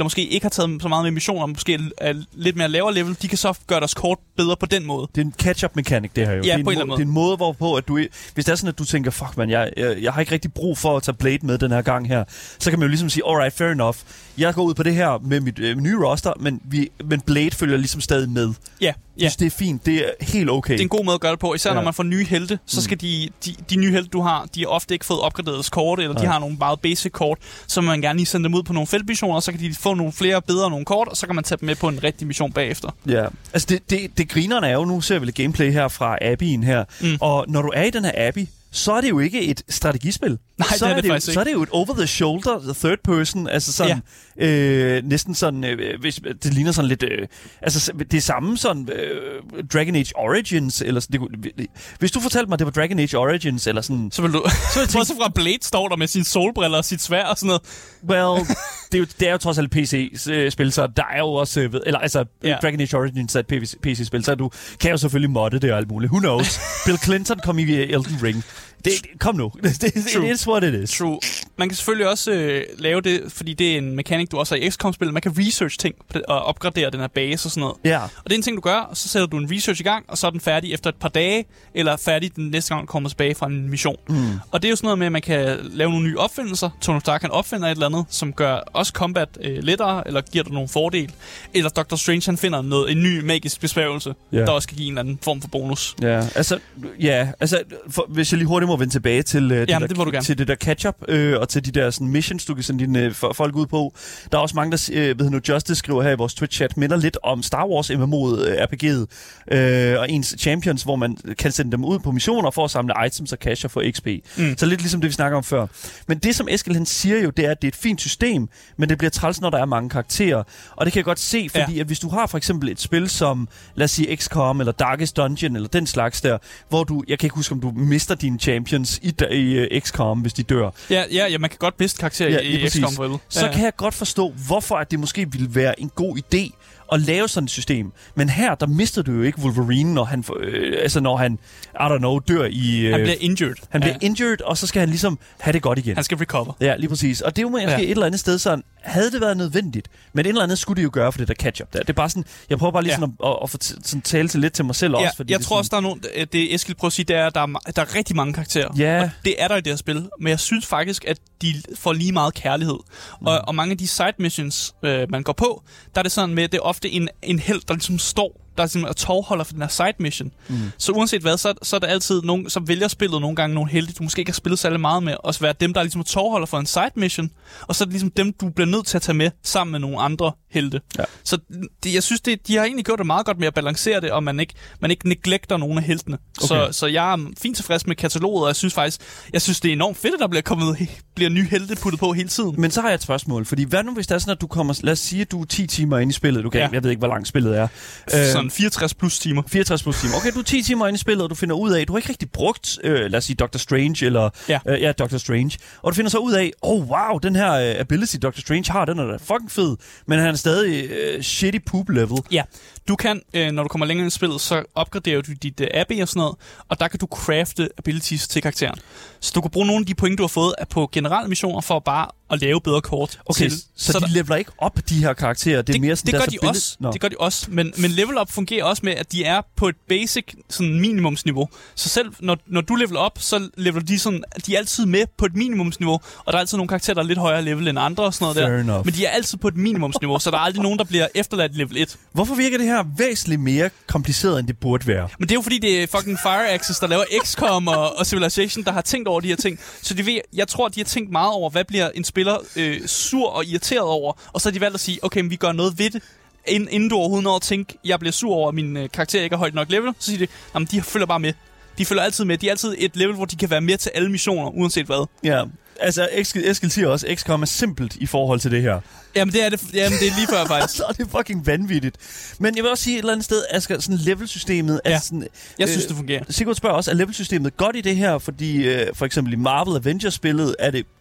taget så meget med missioner, måske er lidt mere lavere level, de kan så gøre deres kort bedre på den måde. Det er en catch-up-mekanik, det her jo. Ja, det er på en en, eller anden måde. Det er en måde, hvorpå, at du, hvis det er sådan, at du tænker, fuck man, jeg, jeg, jeg har ikke rigtig brug for at tage Blade med den her gang her, så kan man jo ligesom sige, alright, fair enough. Jeg går ud på det her med mit øh, nye roster, men, vi, men Blade følger ligesom stadig med. Ja, ja. Synes, det er fint. Det er helt okay. Det er en god måde at gøre det på, især ja. når man får nye helte, så skal de, de, de nye helte, du har, de har ofte ikke fået opgraderet kort, eller ja. de har nogle meget basic kort, så man gerne lige sende dem ud på nogle feltmissioner, og så kan de få nogle flere bedre nogle kort, og så kan man tage dem med på en rigtig mission bagefter. Ja, altså det, det, det grinerne er jo, nu ser vi lidt gameplay her fra Abbey'en her, mm. og når du er i den her Abbey, så er det jo ikke et strategispil. Nej, så det er det, det faktisk jo, ikke. Så er det jo et over-the-shoulder, the third person, altså sådan, ja. øh, næsten sådan, øh, hvis, det ligner sådan lidt, øh, altså det er samme sådan, øh, Dragon Age Origins, eller sådan, det, hvis du fortalte mig, det var Dragon Age Origins, eller sådan... Så vil du... Så vil jeg fra Blade står der med sine solbriller og sit sværd og sådan noget. Well, det er jo, det er jo trods alt P C-spil, så der er jo også, øh, eller altså, yeah. Dragon Age Origins er et P C-spil, så du kan jo selvfølgelig modde det og alt muligt. Who knows? Bill Clinton kom i Elden Ring. Det, kom nu. Det, det, det er what it is. True. Man kan selvfølgelig også øh, lave det, fordi det er en mekanik, du også har i X COM-spil. Man kan research ting og opgradere den her base og sådan noget. Ja. Og det er en ting, du gør, og så sætter du en research i gang, og så er den færdig efter et par dage, eller færdig den næste gang, du kommer tilbage fra en mission. Mm. Og det er jo sådan noget med, at man kan lave nogle nye opfindelser. Tony Stark kan opfinde et eller andet, som gør også combat øh, lettere, eller giver dig nogle fordele. Eller Doctor Strange, han finder noget, en ny magisk besværgelse, yeah. der også kan give en eller anden form for bonus. Ja, altså, ja, altså for, hvis jeg lige hurtigt må vende tilbage til, øh, det, Jamen, der, det til det der catch-up, øh, og til de der sådan, missions, du kan sende dine øh, folk ud på. Der er også mange, der øh, ved nu, Justice skriver her i vores Twitch-chat, minder lidt om Star Wars M M O'et, øh, R P G'et, øh, og ens champions, hvor man kan sende dem ud på missioner for at samle items og cash og få X P. Mm. Så lidt ligesom det, vi snakker om før. Men det, som Eskild han siger jo, det er, at det er et fint system, men det bliver træls, når der er mange karakterer. Og det kan jeg godt se, fordi ja. at hvis du har for eksempel et spil som, lad os sige X COM, eller Darkest Dungeon, eller den slags der, hvor du, jeg kan ikke huske, om du mister dine champions i, i uh, X COM, hvis de dør. Ja, ja, ja, man kan godt miste karakterer ja, i, i X COM. Ja, så ja. kan jeg godt forstå, hvorfor at det måske ville være en god idé at lave sådan et system. Men her, der mister du jo ikke Wolverine, når han, øh, altså når han, I don't know, dør i... Øh, han bliver injured. Han ja. bliver injured, og så skal han ligesom have det godt igen. Han skal recover. Ja, lige præcis. Og det er jo måske ja. et eller andet sted sådan, havde det været nødvendigt, men et eller andet skulle det jo gøre for det der catch-up der. Det er bare sådan, jeg prøver bare lige ja. sådan at, at, at få sådan tale til lidt til mig selv ja, også. Fordi jeg det tror sådan, også, der er nogen, det Eskild prøver at sige, det er, at der er, der er rigtig mange karakterer. Ja. Og det er der i det her spil. Men jeg synes faktisk, at de får lige meget kærlighed. Mm. Og, og mange af de side missions, øh, man går på, der er det sådan med, at det er ofte en, en held, der ligesom står, der er simpelthen tovholder for den her side mission. Mm. Så uanset hvad, så, så er der altid nogen, som vælger spillet nogle gange nogle helte, du måske ikke har spillet særlig meget med, og så være dem, der er ligesom tovholder for en side mission, og så er det ligesom dem, du bliver nødt til at tage med sammen med nogle andre helte. Ja. Så det, jeg synes, det, de har egentlig gjort det meget godt med at balancere det, og man ikke, man ikke neglekter nogen af heltene. Okay. Så, så jeg er fint tilfreds med kataloget, og jeg synes faktisk, jeg synes, det er enormt fedt, at der bliver kommet bliver nye helte puttet på hele tiden. Men så har jeg et spørgsmål, fordi hvad nu hvis det er sådan, at du kommer, lad os sige, at du er ti timer inde i spillet, du kan, ja. jeg ved ikke, hvor langt spillet er. Sådan fireogtres plus timer. fireogtres plus timer. Okay, du er ti timer inde i spillet, og du finder ud af, du har ikke rigtig brugt, øh, lad os sige, Doctor Strange, eller ja. Øh, ja, Doctor Strange, og du finder så ud af, oh wow, den her øh, ability, Doctor Strange har, den er da fucking fed, men han er stadig øh, shitty poop level. Ja, du kan, øh, når du kommer længere ind i spillet, så opgraderer du dit øh, Abbey og sådan noget, og der kan du crafte abilities til karakteren. Så du kan bruge nogle af de point, du har fået på generelle missioner, for bare at lave bedre kort. Okay, til. så, så de leveler ikke op, de her karakterer? Det, er det, mere sådan, det, gør de billed... også, det gør de også, men, men level up fungerer også med, at de er på et basic sådan minimumsniveau. Så selv når, når du leveler op, så leveler de sådan, de er altid med på et minimumsniveau, og der er altid nogle karakterer, der er lidt højere level end andre og sådan noget Fair der. Enough. Men de er altid på et minimumsniveau, så der er aldrig nogen, der bliver efterladt level et. Hvorfor virker det her væsentligt mere kompliceret, end det burde være? Men det er jo fordi, det er fucking Firaxis, der laver X COM og, og Civilization, der har tænkt over de her ting. Så de ved, jeg tror, de har tænkt meget over, hvad bliver en spiller øh, sur og irriteret over, og så har de valgt at sige, okay, men vi gør noget ved det. Inden, inden du overhovedet når at tænke, jeg bliver sur over, at min øh, karakter ikke har højt nok level, så siger de, jamen de følger bare med. De følger altid med. De er altid et level, hvor de kan være med til alle missioner, uanset hvad. Ja, altså Eskild siger også, X COM er simpelt i forhold til det her. Jamen det er det, jamen, det er lige før faktisk. Så er det fucking vanvittigt. Men jeg vil også sige et eller andet sted, Asger, sådan levelsystemet... Ja, altså sådan, jeg synes, øh, det fungerer. Sigurd spørger også, er levelsystemet godt i det her? Fordi øh, for eksempel i Marvel Avengers-spillet er det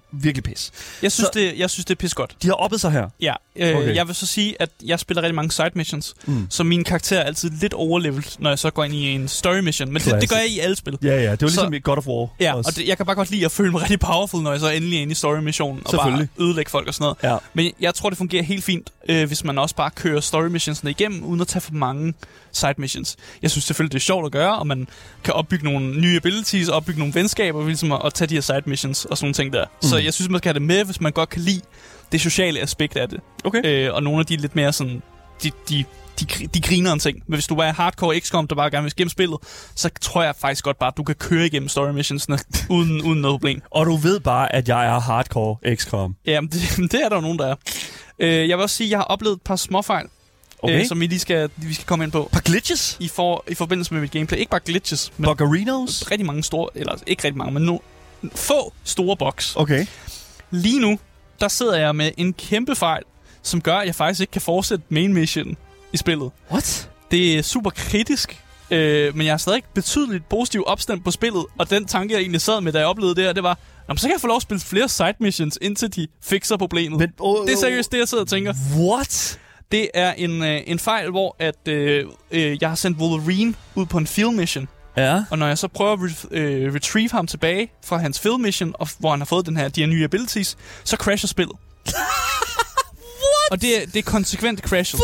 virkelig pis. Jeg synes, så, det, jeg synes det er pis godt. De har oppet sig her. Ja, øh, Okay. jeg vil så sige, at jeg spiller rigtig mange side missions, Mm. så min karakter er altid lidt overleveled, når jeg så går ind i en story mission. Men det, det gør jeg i alle spil. Ja, ja, det var ligesom Så- i God of War. Ja, også. og det, jeg kan bare godt lide at føle mig rigtig powerful, når jeg så endelig er inde i story missionen og bare Selvfølgelig. ødelægge folk og sådan noget. Ja. Men jeg tror, det fungerer helt fint, øh, hvis man også bare kører story missionsene igennem, uden at tage for mange side missions. Jeg synes selvfølgelig, det er sjovt at gøre, og man kan opbygge nogle nye abilities, opbygge nogle venskaber, ligesom at, at tage de her side missions og sådan nogle ting der. Mm. Så jeg synes, man skal have det med, hvis man godt kan lide det sociale aspekt af det. Okay. Øh, og nogle af de lidt mere sådan, de, de, de, de griner en ting. Men hvis du bare er hardcore X COM, der bare gerne vil gennem spillet, så tror jeg faktisk godt bare, at du kan køre igennem story missionsne uden, uden noget problem. Og du ved bare, at jeg er hardcore X COM. Ja, men det, det er der jo nogen, der er. Øh, jeg vil også sige, at jeg har oplevet et par småfejl, Okay. øh, som vi lige skal, vi skal komme ind på. Par glitches? I, for, I forbindelse med mit gameplay. Ikke bare glitches, men Buggerinos? rigtig mange store, eller ikke rigtig mange, men no, få store boks. Okay. Lige nu, der sidder jeg med en kæmpe fejl, som gør, at jeg faktisk ikke kan fortsætte main mission i spillet. What? Det er super kritisk, øh, men jeg er stadig betydeligt positivt opstemt på spillet, og den tanke, jeg egentlig sad med, da jeg oplevede det her, det var, Nå, så kan jeg få lov at spille flere side missions, indtil de fikser problemet. Men, oh, Det er seriøst det, jeg sidder og tænker. What? Det er en, øh, en fejl, hvor at, øh, øh, jeg har sendt Wolverine ud på en field mission. Ja. Og når jeg så prøver at re- øh, retrieve ham tilbage fra hans field mission, og, hvor han har fået den her, de her nye abilities, så crasher spillet. Og det er, det er konsekvent crashet.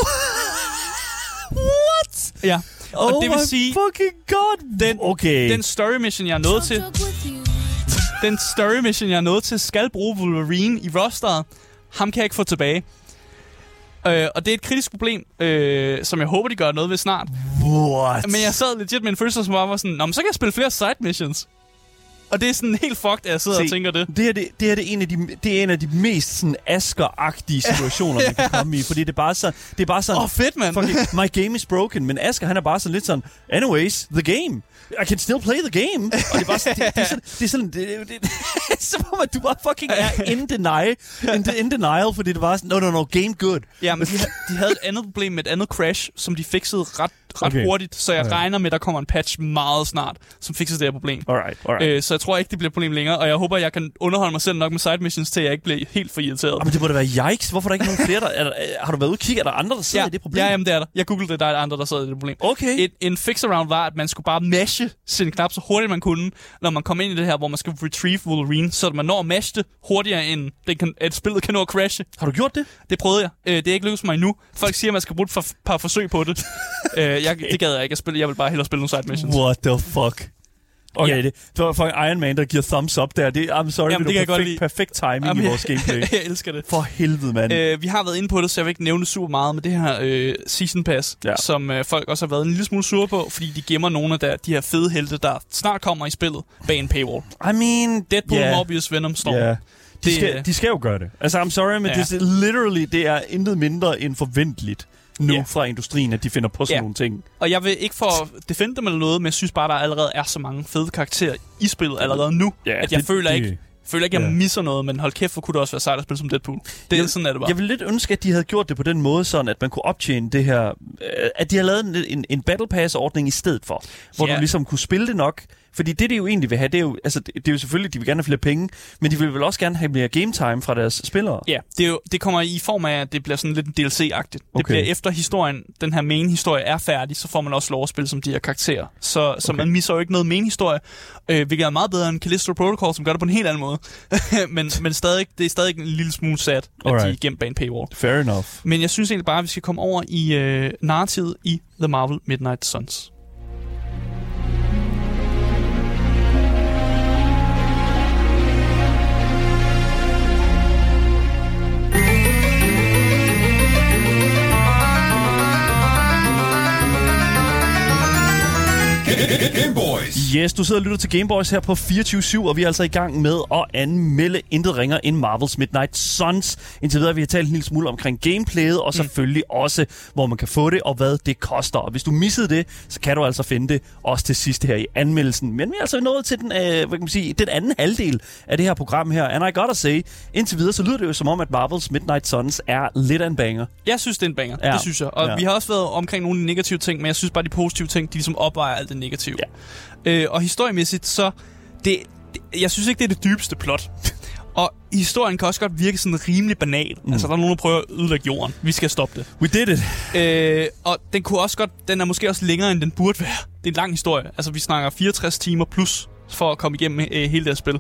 What? Ja. Og Oh det vil my sige, fucking god. den, okay. den story mission, jeg er nået til, den story mission, jeg er nået til, skal bruge Wolverine i rosteret. Ham kan jeg ikke få tilbage. Øh, og det er et kritisk problem, øh, som jeg håber, de gør noget ved snart. What? Men jeg sad legit med en følelse, som var sådan, Nå, men så kan jeg spille flere side missions. Og det er sådan helt fucked, at jeg sidder Se, og tænker det. Det her, det, det her det er en af de det er en af de mest sådan Asger-agtige situationer, man kan komme i, fordi det er bare sådan, det er bare sådan. Åh, oh, fedt, mand. Fucking, my game is broken, men Asger han er bare sådan lidt sådan, anyways, the game. I can still play the game. Og det er bare sådan, det, det er sådan, det er sådan, det, det, det, det som om, at du bare fucking er in denial, in, in denial, fordi det var sådan, no, no, no, game good. Ja, men de, ha- de havde et andet problem med et andet crash, som de fikset ret, ret Okay. hurtigt, så jeg Okay. regner med, at der kommer en patch meget snart, som fikser det her problem. Alright, alright. Øh, så jeg tror ikke, det bliver et problem længere, og jeg håber, jeg kan underholde mig selv nok med side missions, til jeg ikke bliver helt for irriteret. Men det må da være yikes. Hvorfor er der ikke nogen flere, der... Er der har du været ude og kigge? Er der andre, der sidder Ja, i det problem? ja, jamen det er der. Jeg googlede det, der er andre, der sad i det problem. Okay. Et, en fix-around var, at man skulle bare mashe sin knap så hurtigt man kunne, når man kom ind i det her, hvor man skal retrieve Wolverine, så man når at mashe det hurtigere, end det kan, at spillet kan nå at crashe. Har du gjort det? Det prøvede jeg. Øh, det er ikke lykkedes mig endnu. Folk siger, at man skal bruge et for, par forsøg på det. øh, jeg, det gad jeg ikke at spille. Jeg vil bare hellere spille nogle side missions. What the fuck? Okay, Ja. det, det var fucking Iron Man, der giver thumbs up der. Det, I'm sorry, Jamen, men det kan det var jeg godt perfekt, lide. perfekt timing Jamen, i vores gameplay. jeg elsker det. For helvede, mand. Øh, vi har været inde på det, så jeg vil ikke nævne det super meget, med det her øh, Season Pass, Ja. som øh, folk også har været en lille smule sure på, fordi de gemmer nogle af der, de her fede helte, der snart kommer i spillet bag en paywall. I mean... Deadpool, yeah. Morbius, Venom, Storm. Ja. De, Det- skal, de skal jo gøre det. Altså, I'm sorry, men Ja. ja. det er literally, det er intet mindre end forventeligt nu Ja. fra industrien, at de finder på sådan Ja. nogle ting. Og jeg vil ikke for at defende dem eller noget, men jeg synes bare, der allerede er så mange fede karakterer i spillet allerede nu, Ja, at jeg det- føler det- ikke... føler ikke, at jeg Ja. misser noget, men hold kæft, hvor kunne det også være sejt at spille som Deadpool. Det er Jeg- sådan, er det bare. Jeg vil lidt ønske, at de havde gjort det på den måde, sådan at man kunne optjene det her... øh, At de havde lavet en, en, en Battle Pass-ordning i stedet for, hvor Ja. du ligesom kunne spille det nok. Fordi det, de jo egentlig vil have, det er jo, altså, det det er jo selvfølgelig, de vil gerne have flere penge, men de vil vel også gerne have mere game time fra deres spillere. Ja, det, er jo, det kommer i form af, at det bliver sådan lidt en D L C-agtigt. Det Okay. bliver efter historien, den her main-historie er færdig, så får man også lov at spille som de her karakterer. Så, så Okay. man misser jo ikke noget main-historie, øh, hvilket er meget bedre end Callisto Protocol, som gør det på en helt anden måde. men men stadig, det er stadig en lille smule sad, at Alright. de er gemt bag en paywall. Fair enough. Men jeg synes egentlig bare, at vi skal komme over i øh, narrativet i The Marvel Midnight Suns. Game Boys. Yes, du sidder og lytter til Gameboys her på fireogtyve syv, og vi er altså i gang med at anmelde intet ringer end Marvels Midnight Suns. Indtil videre vi har talt en lille smule omkring gameplayet, og selvfølgelig mm. også, hvor man kan få det, og hvad det koster. Og hvis du missede det, så kan du altså finde det også til sidst her i anmeldelsen. Men vi er altså nået til den, øh, hvad kan man sige, den anden halvdel af det her program her. And I gotta say, indtil videre så lyder det jo som om, at Marvels Midnight Suns er lidt af en banger. Jeg synes, det er en banger. Ja. Det synes jeg. Og Ja. vi har også været omkring nogle af de negative ting, men jeg synes bare, de positive ting, de ligesom opvejer alt det negative. Ja. Øh, og historiemæssigt, så... Det, det, jeg synes ikke, det er det dybeste plot. Og historien kan også godt virke sådan rimelig banal. Mm. Altså, der er nogen, der prøver at ødelægge jorden. Vi skal stoppe det. We did it. Øh, og den kunne også godt... Den er måske også længere, end den burde være. Det er en lang historie. Altså, vi snakker fireogtres timer plus for at komme igennem øh, hele det her spil.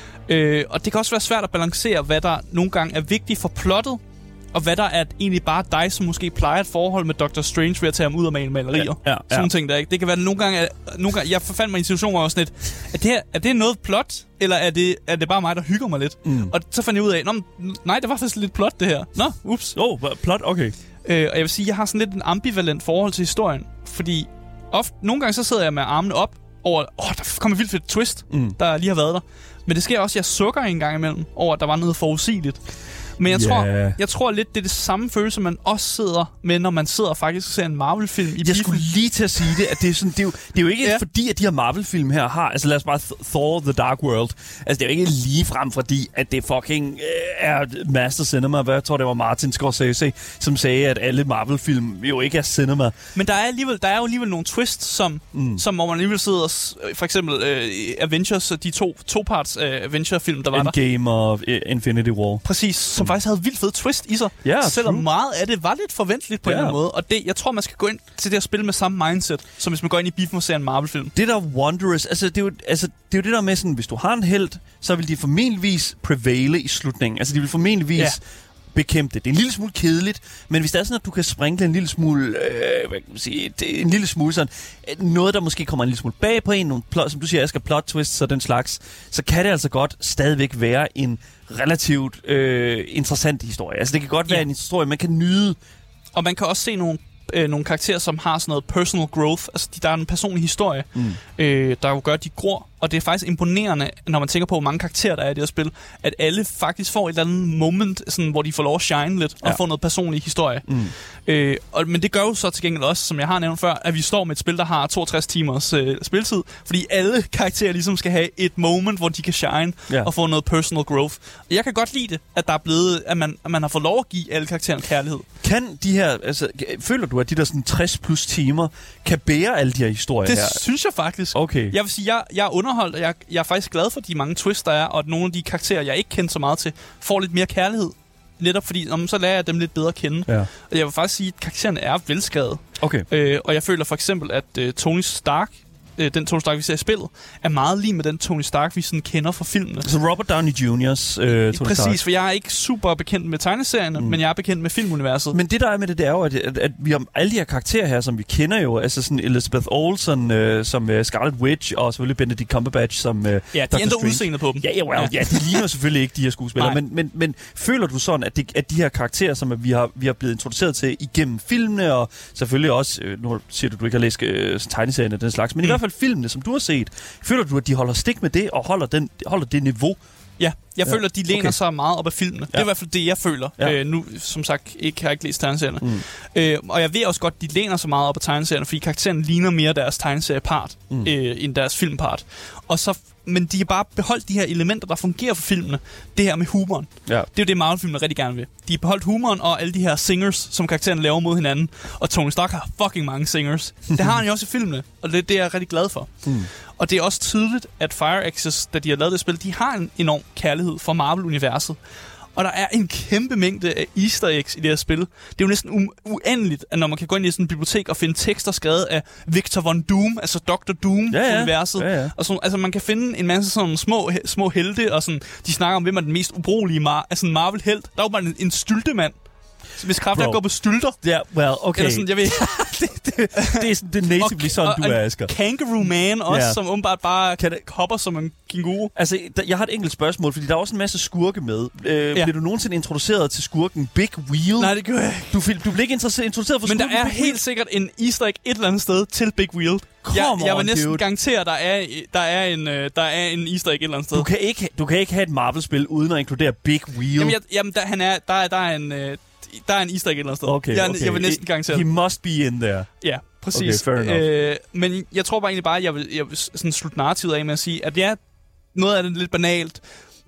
Øh, og det kan også være svært at balancere, hvad der nogle gange er vigtigt for plottet, og hvad der er egentlig bare dig, som måske plejer et forhold med doktor Strange ved at tage ham ud og male malerier. Ja, ja, ja. Sådan nogle ting der, ikke? Det kan være, at nogle gange... Nogle gange jeg forfandt mig i en situation, hvor jeg var sådan lidt... Er det, her, er det noget plot, eller er det, er det bare mig, der hygger mig lidt? Mm. Og så fandt jeg ud af, Nå, nej, det var faktisk lidt plot, det her. Nå, ups. Åh, oh, plot, okay. Øh, og jeg vil sige, jeg har sådan lidt en ambivalent forhold til historien, fordi ofte, nogle gange så sidder jeg med armene op over... Åh, oh, der kommer vildt fedt twist, mm. der lige har været der. Men det sker også, at jeg sukker en gang imellem over, at der var noget forudsigeligt. Men jeg, yeah. tror, jeg tror lidt, det er det samme følelse, man også sidder med, når man sidder og faktisk ser en Marvel-film i biffen. Jeg skulle lige til at sige det, at det er, sådan, det er, jo, det er jo ikke ja. fordi, at de her Marvel-film her har... Altså lad os bare Thor The Dark World. Altså det er jo ikke lige frem, fordi at det fucking øh, er Master Cinema. Hvad jeg tror, det var Martin Scorsese, som sagde, at alle Marvel-film jo ikke er cinema. Men der er, alligevel, der er jo alligevel nogle twists, som, mm. som hvor man alligevel sidder... For eksempel øh, Avengers, de to, to-parts øh, Avenger-film, der var Endgame der. Endgame og uh, Infinity War. Præcis, som faktisk havde vildt fed twist i sig, yeah, selvom true. meget af det var lidt forventeligt på yeah. en eller anden måde. Og det, jeg tror, man skal gå ind til det at spille med samme mindset, som hvis man går ind i biffen og ser en Marvel-film. Det der er wondrous, altså det er jo, altså, det er jo det der med sådan, hvis du har en helt, så vil de formentligvis prevaile i slutningen. Altså de vil formentligvis yeah. bekæmpe det. Det er en lille smule kedeligt, men hvis det er sådan, at du kan sprinkle en lille smule, øh, hvad kan man sige, det, en lille smule sådan, noget der måske kommer en lille smule bag på en, nogle plot, som du siger, Asger, plot twists og den slags, så kan det altså godt stadigvæk være en relativt øh, interessant historie. Altså det kan godt være ja. en historie, man kan nyde. Og man kan også se nogle øh, nogle karakterer, som har sådan noget personal growth. Altså, de, der er en personlig historie, mm. øh, der jo gør, at de gror. Og det er faktisk imponerende, når man tænker på, hvor mange karakterer der er i det her spil, at alle faktisk får et eller andet moment, sådan, hvor de får lov at shine lidt, og ja. får noget personlig historie. Mm. Øh, og, men det gør jo så til gengæld også, som jeg har nævnt før, at vi står med et spil, der har toogtres timers øh, spiltid, fordi alle karakterer ligesom skal have et moment, hvor de kan shine ja. og få noget personal growth. Og jeg kan godt lide det, at der er blevet, at man, at man har fået lov at give alle karaktererne kærlighed. Kan de her, altså, føler du, at de der sådan tres plus timer kan bære alle de her historier det her? Det synes jeg faktisk. Okay. Jeg vil sige, jeg, jeg er underholdt, og jeg, jeg er faktisk glad for de mange twists, der er, og at nogle af de karakterer, jeg ikke kendte så meget til, får lidt mere kærlighed. Netop fordi, om, så lærer jeg dem lidt bedre at kende. Ja. Og jeg vil faktisk sige, at karaktererne er velskrevet. Okay. Øh, og jeg føler for eksempel, at øh, Tony Stark, øh, den Tony Stark, vi ser i spillet, er meget lige med den Tony Stark, vi sådan kender fra filmene. Så Robert Downey juniors øh, Tony Præcis, Stark. for jeg er ikke super bekendt med tegneserierne, mm. men jeg er bekendt med filmuniverset. Men det der er med det, det er jo, at, at, at vi har alle de her karakterer her, som vi kender jo, altså sådan Elizabeth Olsen øh, som øh, Scarlet Witch, og selvfølgelig Benedict Cumberbatch som øh, ja, de ændrer udseendet på dem. Ja, ja, well, ja. ja, de ligner selvfølgelig ikke de her skuespillere, men, men, men føler du sådan, at, det, at de her karakterer, som vi har, vi har blevet introduceret til igennem filmene, og selvfølgelig også, øh, nu siger du, du ikke har læst øh, tegneserierne og den slags, men mm. i hvert fald filmene, som du har set, føler du, at de holder stik med det, og holder, den, holder det niveau? Ja, jeg ja. føler, at de læner okay. sig meget op af filmene. Ja. Det er i hvert fald det, jeg føler. Ja. Øh, nu, som sagt, ikke, har jeg ikke læst tegneserierne. Mm. Øh, og jeg ved også godt, at de læner sig meget op af tegneserierne, fordi karakteren ligner mere deres tegneseriepart, mm. øh, end deres filmpart. Og så, men de har bare beholdt de her elementer, der fungerer for filmene. Det her med humoren. Ja. Det er jo det, Marvel-filmene rigtig gerne vil. De har beholdt humoren og alle de her singers, som karakteren laver mod hinanden. Og Tony Stark har fucking mange singers. Det har han jo også i filmene, og det, det er jeg rigtig glad for. Mm. Og det er også tydeligt, at Firaxis, da de har lavet det spil, de har en enorm kærlighed for Marvel-universet. Og der er en kæmpe mængde af easter eggs i det her spil. Det er jo næsten u- uendeligt, at når man kan gå ind i sådan en bibliotek og finde tekster skrevet af Victor Von Doom, altså doktor Doom-universet. Ja, ja. Ja, ja. Og sådan, altså man kan finde en masse sådan små, små helte, og sådan, de snakker om, hvem er den mest ubrugelige Mar- altså Marvel-helt. Der er jo bare en, en styltemand. Hvis kræfter går på stylter. Ja, yeah, well, okay. Eller sådan, jeg ved, det, det, det er sådan, det er natively sådan, og, du er, Asger. Kangaroo Man også, yeah. som åbenbart bare kan det, hopper som en kænguru. Altså, der, jeg har et enkelt spørgsmål, fordi der er også en masse skurke med. Øh, ja. Bliver du nogensinde introduceret til skurken Big Wheel? Nej, det gør jeg ikke. Du, du bliver ikke introduceret for skurken. Men der er helt Wheel. Sikkert en easter egg et eller andet sted til Big Wheel. Jeg, jeg vil næsten garantere, der er der er en der er en easter egg et eller andet sted. Du kan ikke du kan ikke have et Marvel-spil uden at inkludere Big Wheel. Jamen, jeg, jamen der, han er der er der er en der er en easter egg et eller andet sted. Okay, jeg, okay. jeg vil næsten garantere. He must be in there. Ja, præcis. Okay, fair enough. Øh, men jeg tror bare egentlig bare, at jeg vil, jeg vil sådan slutte narrativet af med at sige, at ja, noget af det er lidt banalt,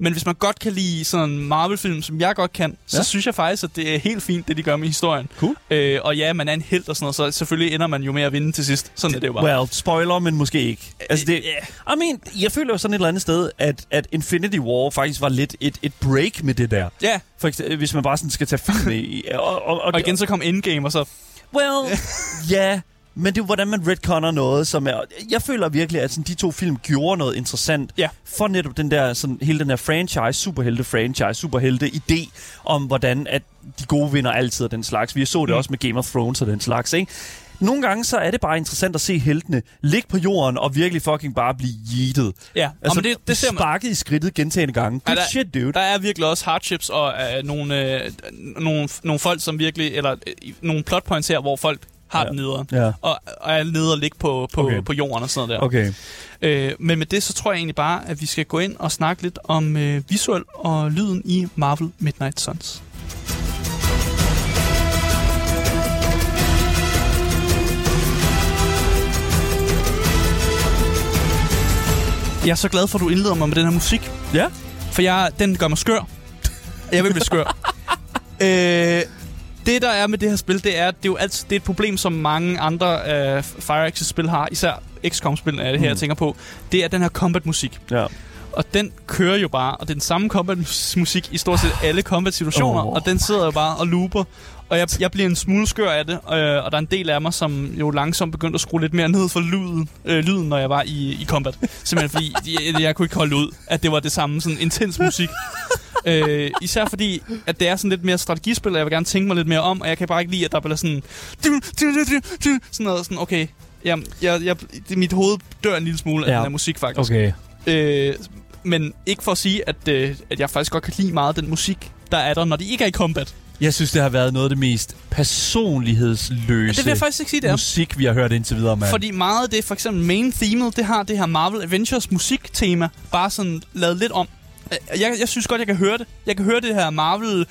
Men hvis man godt kan lide sådan en Marvel-film, som jeg godt kan, så ja. synes jeg faktisk, at det er helt fint, det de gør med historien. Cool. Øh, og ja, man er en helt og sådan noget, så selvfølgelig ender man jo med at vinde til sidst. Sådan det, er det jo bare. Well, spoiler, men måske ikke. Altså det, Yeah. I mean, jeg føler jo sådan et eller andet sted, at, at Infinity War faktisk var lidt et, et break med det der. Ja. For eksempel, hvis man bare sådan skal tage film i. Og, og, og, og igen så kom Endgame, og så... Well, ja... Men det er jo, hvordan man retconner noget, som er... Jeg føler virkelig, at sådan, de to film gjorde noget interessant ja. for netop den der, sådan, hele den der franchise, superhelte-franchise, superhelte-idé om, hvordan at de gode vinder altid af den slags. Vi så det mm. også med Game of Thrones og den slags, ikke? Nogle gange så er det bare interessant at se heltene ligge på jorden og virkelig fucking bare blive yeetet. Ja, altså, det, det ser man... sparket i skridtet gentagende gange. Good ja, der, shit, dude. Der er virkelig også hardships og øh, nogle, øh, nogle, nogle folk, som virkelig... Eller øh, nogle plotpoints her, hvor folk har ja. den nederen. Ja. Og, og er nede og ligge på, på, okay. på jorden og sådan noget der. Okay. Øh, men med det, så tror jeg egentlig bare, at vi skal gå ind og snakke lidt om øh, visuel og lyden i Marvel Midnight Suns. Jeg er så glad for, at du indleder mig med den her musik. Ja. For jeg, den gør mig skør. Jeg vil blive skør. øh, det, der er med det her spil, det er, det er jo altid, det er et problem, som mange andre øh, Firaxis-spil har. Især X COM-spil er det her, mm. jeg tænker på. Det er den her combat-musik. Ja. Og den kører jo bare, og det er den samme combat-musik i stort set alle combat-situationer. Oh. Og den sidder jo bare og looper. Og jeg, jeg bliver en smule skør af det, øh, og der er en del af mig, som jo langsomt begyndte at skrue lidt mere ned for lyden, øh, lyden når jeg var i, i combat. Simpelthen fordi, jeg, jeg kunne ikke holde ud, at det var det samme sådan intens musik. øh, især fordi, at det er sådan lidt mere strategispil, og jeg vil gerne tænke mig lidt mere om, og jeg kan bare ikke lide, at der bliver sådan... Sådan noget, sådan, okay, jamen, jeg, jeg, mit hoved dør en lille smule af ja. den her musik, faktisk. Okay. Øh, men ikke for at sige, at, øh, at jeg faktisk godt kan lide meget den musik, der er der, når de ikke er i combat. Jeg synes, det har været noget af det mest personlighedsløse ja, det vil jeg faktisk ikke sige, det er. musik, vi har hørt indtil videre, mand. Fordi meget af det, for eksempel main themet, det har det her Marvel Avengers musiktema, bare sådan lavet lidt om. Jeg, jeg synes godt, jeg kan høre det. Jeg kan høre det her Marvel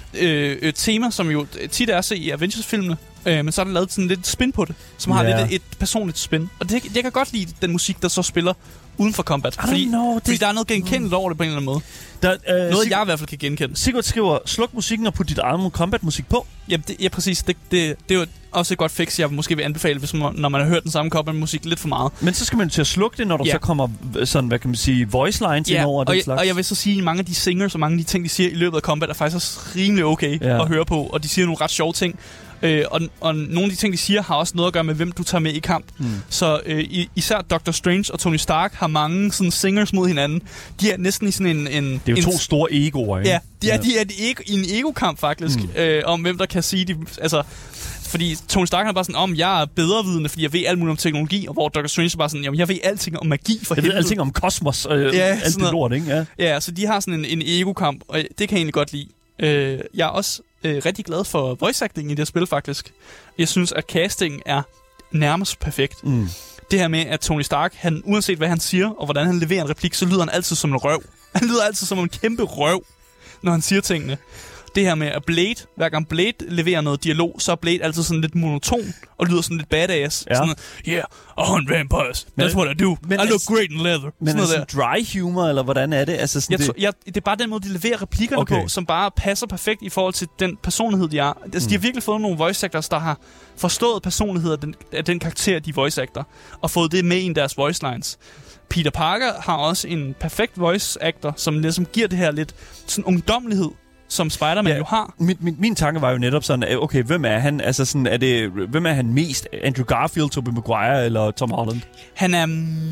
øh, tema, som jo tit er så i Avengers-filmene, øh, men så er der lavet sådan lidt spin på det, som har yeah. lidt et, et personligt spin. Og det, jeg kan godt lide den musik, der så spiller uden for combat. Fordi, know, fordi der er noget genkendeligt over det på en eller anden måde. Der, øh, noget, Sig- jeg i hvert fald kan genkende. Sigurd skriver, sluk musikken og put dit eget combat-musik på. Jamen, det, ja, præcis. Det, det, det er jo også et godt fix, jeg måske vil anbefale, hvis man, når man har hørt den samme combat-musik lidt for meget. Men så skal man til at slukke det, når der ja. så kommer sådan, hvad kan man sige, voice lines ja, ind over og den jeg, slags. og jeg vil så sige, at mange af de singers og mange af de ting, de siger i løbet af combat, er faktisk også rimelig okay ja. at høre på. Og de siger nogle ret sjove ting. Øh, og, og nogle af de ting, de siger, har også noget at gøre med, hvem du tager med i kamp. Mm. Så øh, især Doctor Strange og Tony Stark har mange sådan singers mod hinanden. De er næsten i sådan en... en det er jo en, to store egoer, ikke? Ja, de er, ja. de er i en ego-kamp faktisk, mm. øh, om hvem der kan sige... De, altså, fordi Tony Stark er bare sådan, om jeg er bedrevidende, fordi jeg ved alt muligt om teknologi, og hvor Doctor Strange er bare sådan, jamen jeg ved alting om magi for jeg helvede. Jeg ved alting om kosmos og øh, ja, alt det lort, ikke? Ja. ja, så de har sådan en, en ego-kamp, og det kan jeg egentlig godt lide. Øh, jeg er også øh, rigtig glad for voice acting i det her spil, faktisk. Jeg synes, at casting er nærmest perfekt. Mm. Det her med, at Tony Stark, han, uanset hvad han siger, og hvordan han leverer en replik, så lyder han altid som en røv. Han lyder altid som en kæmpe røv, når han siger tingene. Det her med, at Blade, hver gang Blade leverer noget dialog, så er Blade altid sådan lidt monoton, og lyder sådan lidt badass. Ja. Sådan, yeah, I hunt vampires. That's men, what I do. Men I look great in leather. Men sådan er det dry humor, eller hvordan er det? Altså sådan jeg det... Tror, jeg, det er bare den måde, de leverer replikkerne okay. på, som bare passer perfekt i forhold til den personlighed, de er. Altså, mm. de har virkelig fået nogle voice actors, der har forstået personlighed af den, af den karakter, de voice actor, og fået det med i deres voice lines. Peter Parker har også en perfekt voice actor, som ligesom giver det her lidt sådan ungdommelighed, som Spider-Man ja, jo har. Min, min, min tanke var jo netop sådan, okay, hvem er han? Altså sådan, er det, hvem er han mest? Andrew Garfield, Tobey Maguire eller Tom Holland? Han er,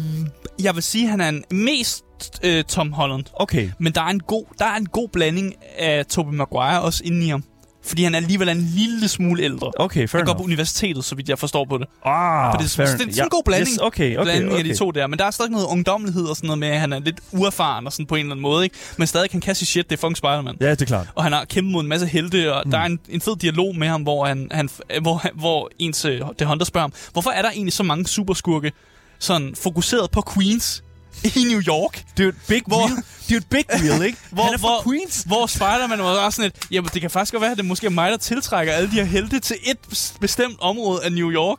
jeg vil sige, han er en mest øh, Tom Holland. Okay. Men der er en god, der er en god blanding af Tobey Maguire også inde i ham. Fordi han er alligevel en lille smule ældre. Okay, fair Han går på universitetet, så vidt jeg forstår på det. Ah, det er sådan en ja. god blanding, yes, okay, okay, blanding okay. af de to der. Men der er stadig noget ungdommelighed og sådan noget med, at han er lidt uerfaren og sådan på en eller anden måde, ikke? Men stadig kan kaste shit, det er fucking Spider-Man. Ja, det er klart. Og han har kæmpet mod en masse helte, og hmm. der er en, en fed dialog med ham, hvor han, han hvor, hvor ens det Hunter spørger ham, hvorfor er der egentlig så mange superskurke sådan fokuseret på Queens i New York? Det er et big hvor, wheel. Det er et big wheel, ikke? Hvor, han er fra hvor, Queens. Hvor Spider-Man var også sådan et, jamen det kan faktisk godt være, at det måske er mig, der tiltrækker alle de her helte til et bestemt område af New York.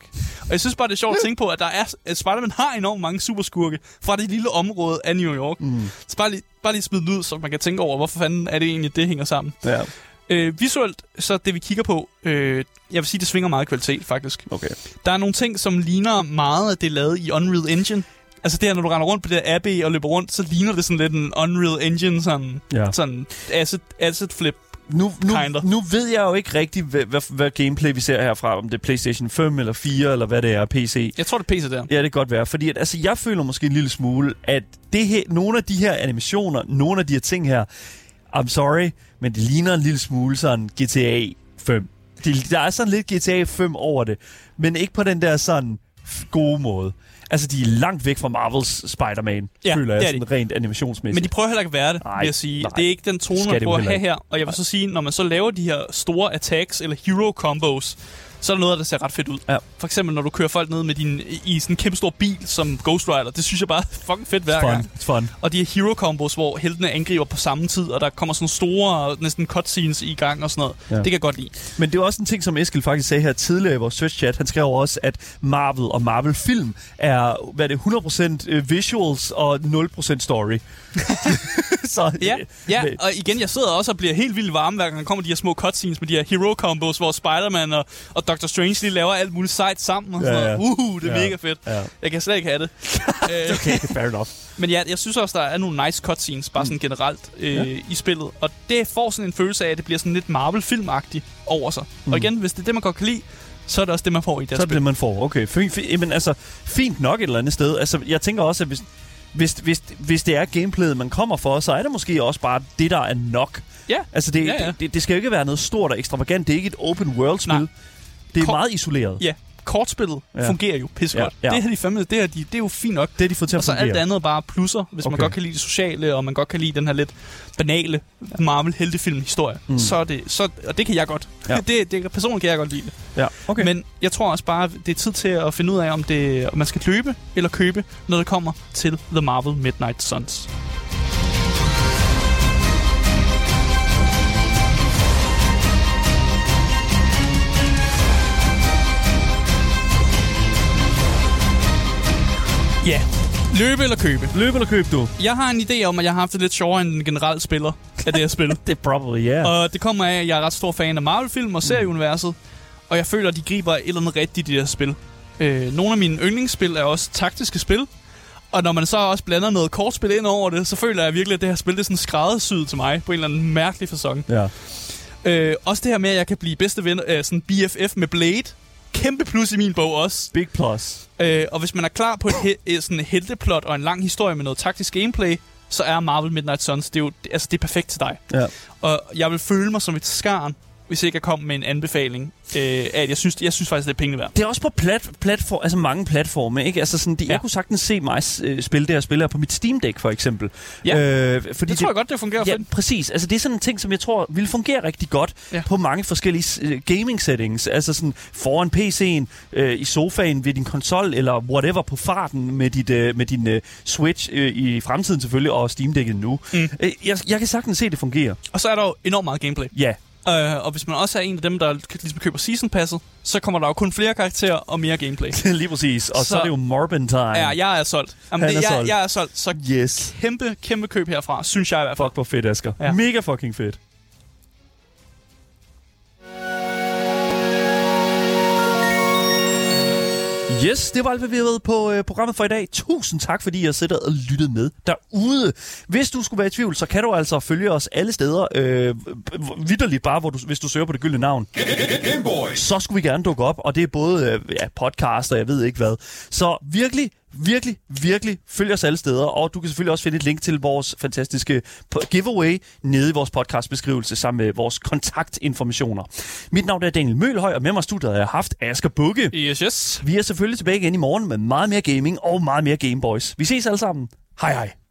Og jeg synes bare, det er sjovt at tænke på, at der er, at Spider-Man har enormt mange superskurke fra det lille område af New York. Mm. Så bare lige, bare lige smide det ud, så man kan tænke over, hvorfor fanden er det egentlig, det hænger sammen. Ja. Øh, visuelt, så det vi kigger på, øh, jeg vil sige, det svinger meget kvalitet, faktisk. Okay. Der er nogle ting, som ligner meget af det lavet i Unreal Engine. Altså det her, når du render rundt på det der Abbey og løber rundt, så ligner det sådan lidt en Unreal Engine, sådan, ja. sådan asset, asset flip. Nu, nu, nu ved jeg jo ikke rigtigt, hvad, hvad, hvad gameplay vi ser herfra, om det er PlayStation fem eller fire, eller hvad det er, P C. Jeg tror, det er P C der. Ja, det kan godt være. Fordi at, altså, jeg føler måske en lille smule, at det her, nogle af de her animationer, nogle af de her ting her, I'm sorry, men det ligner en lille smule sådan G T A fem. Det, der er sådan lidt G T A fem over det, men ikke på den der sådan gode måde. Altså, de er langt væk fra Marvels Spider-Man, ja, føler jeg, det sådan de. rent animationsmæssigt. Men de prøver heller ikke at være det, nej, vil jeg sige. Nej, det er ikke den tone, man prøver at have her. Og jeg vil nej. så sige, når man så laver de her store attacks eller hero combos, så er der noget, der ser ret fedt ud. Ja. For eksempel, når du kører folk ned med din, i sådan en kæmpe stor bil som Ghost Rider. Det synes jeg bare er fucking fedt hver fun. gang. It's fun. Og de her hero combos, hvor heltene angriber på samme tid, og der kommer sådan store, næsten cutscenes i gang og sådan noget. Ja. Det kan jeg godt lide. Men det er også en ting, som Eskil faktisk sagde her tidligere i vores Twitch-chat. Han skrev også, at Marvel og Marvel-film er, hvad er det, hundrede procent visuals og nul procent story. Så, ja, ja, og igen, jeg sidder også og bliver helt vildt varm, hver gang der kommer de her små cutscenes med de her hero combos, hvor Spider-Man og, og Doctor Strange lige laver alt muligt sejt sammen og sådan ja, ja. noget. Uh, det er ja. mega fedt. Ja. Jeg kan slet ikke have det. Okay, fair enough. Men ja, jeg synes også, der er nogle nice cutscenes, bare sådan generelt øh, ja. i spillet. Og det får sådan en følelse af, at det bliver sådan lidt Marvel-filmagtigt over sig. Mm. Og igen, hvis det er det, man godt kan lide, så er det også det, man får i det. Så er det det, man får. Okay, fint, fint, men altså, fint nok et eller andet sted. Altså, jeg tænker også, at hvis, hvis, hvis, hvis det er gameplayet, man kommer for, så er det måske også bare det, der er nok. Ja. Altså, det, ja, ja. det, det skal jo ikke være noget stort og ekstravagant. Det er ikke et open world-spil. Nej. Det er Kort, meget isoleret. Ja, kortspillet ja. fungerer jo pissegodt. Ja, ja. Det, her, de fandme, det, her, de, det er jo fint nok. Det har de fået til at og så fungere. alt andet bare plusser, hvis okay. man godt kan lide det sociale, og man godt kan lide den her lidt banale Marvel-heltefilm-historie. Mm. Så er det, så, og det kan jeg godt. Ja. Det, det, personligt kan jeg godt lide det. Ja, okay. Men jeg tror også bare, det er tid til at finde ud af, om, det, om man skal løbe eller købe, når det kommer til The Marvel Midnight Suns. Ja, yeah. Løbe eller købe? Løbe eller købe, du? Jeg har en idé om, at jeg har haft det lidt sjovere end en generel spiller af det her spil. Det er probably, yeah. Og det kommer af, at jeg er ret stor fan af Marvel-film og serieuniverset, og jeg føler, at de griber et eller andet rigtigt i det her spil. Øh, nogle af mine yndlingsspil er også taktiske spil, og når man så også blander noget kortspil ind over det, så føler jeg virkelig, at det her spil det er sådan skræddersyet til mig på en eller anden mærkelig facon. Ja. Øh, også det her med, at jeg kan blive bedste ven, øh, sådan B F F med Blade. Kæmpe plus i min bog også. Big plus. Øh, og hvis man er klar på et, he- sådan et helteplot og en lang historie med noget taktisk gameplay, så er Marvel Midnight Suns, det er jo altså, det er perfekt til dig. Ja. Og jeg vil føle mig som et skarn, hvis jeg ikke kom med en anbefaling, øh, at jeg synes, jeg synes faktisk, det er pengene værd. Det er også på plat, platform, altså mange platforme, ikke? Altså sådan, de, ja. Jeg kunne sagtens se mig øh, spille det her spil her på mit Steam Deck, for eksempel. Ja, øh, fordi det, det tror jeg godt, det fungerer ja, fedt. Præcis. Altså det er sådan en ting, som jeg tror vil fungere rigtig godt ja. på mange forskellige øh, gaming settings. Altså sådan foran P C'en, øh, i sofaen ved din konsol, eller whatever på farten med, dit, øh, med din øh, Switch øh, i fremtiden selvfølgelig, og Steam Deck'et nu. Mm. Øh, jeg, jeg kan sagtens se, at det fungerer. Og så er der jo enormt meget gameplay. Ja. Uh, og hvis man også er en af dem, der ligesom køber season passet, så kommer der jo kun flere karakterer og mere gameplay. Lige præcis. Og så, så er det jo Morbin time. Ja, jeg er solgt. Jamen, det, er jeg, solgt. jeg er solgt. Så yes. kæmpe, kæmpe køb herfra, synes jeg i hvert fald. Fuck, hvor fedt, Asger. Ja. Mega fucking fedt. Yes, det var alt, hvad vi har været på øh, programmet for i dag. Tusind tak, fordi I har siddet og lyttet med derude. Hvis du skulle være i tvivl, så kan du altså følge os alle steder. Øh, vitterligt bare, hvor du, hvis du søger på det gyldne navn. Gameboys. Så skulle vi gerne dukke op, og det er både øh, ja, podcast og jeg ved ikke hvad. Så virkelig, virkelig, virkelig følg os alle steder. Og du kan selvfølgelig også finde et link til vores fantastiske giveaway nede i vores podcastbeskrivelse sammen med vores kontaktinformationer. Mit navn er Daniel Mølhøj, og med mig i studiet har jeg haft Asger Bugge. Yes, yes. Vi er selvfølgelig tilbage igen i morgen med meget mere gaming og meget mere Gameboys. Vi ses alle sammen. Hej hej.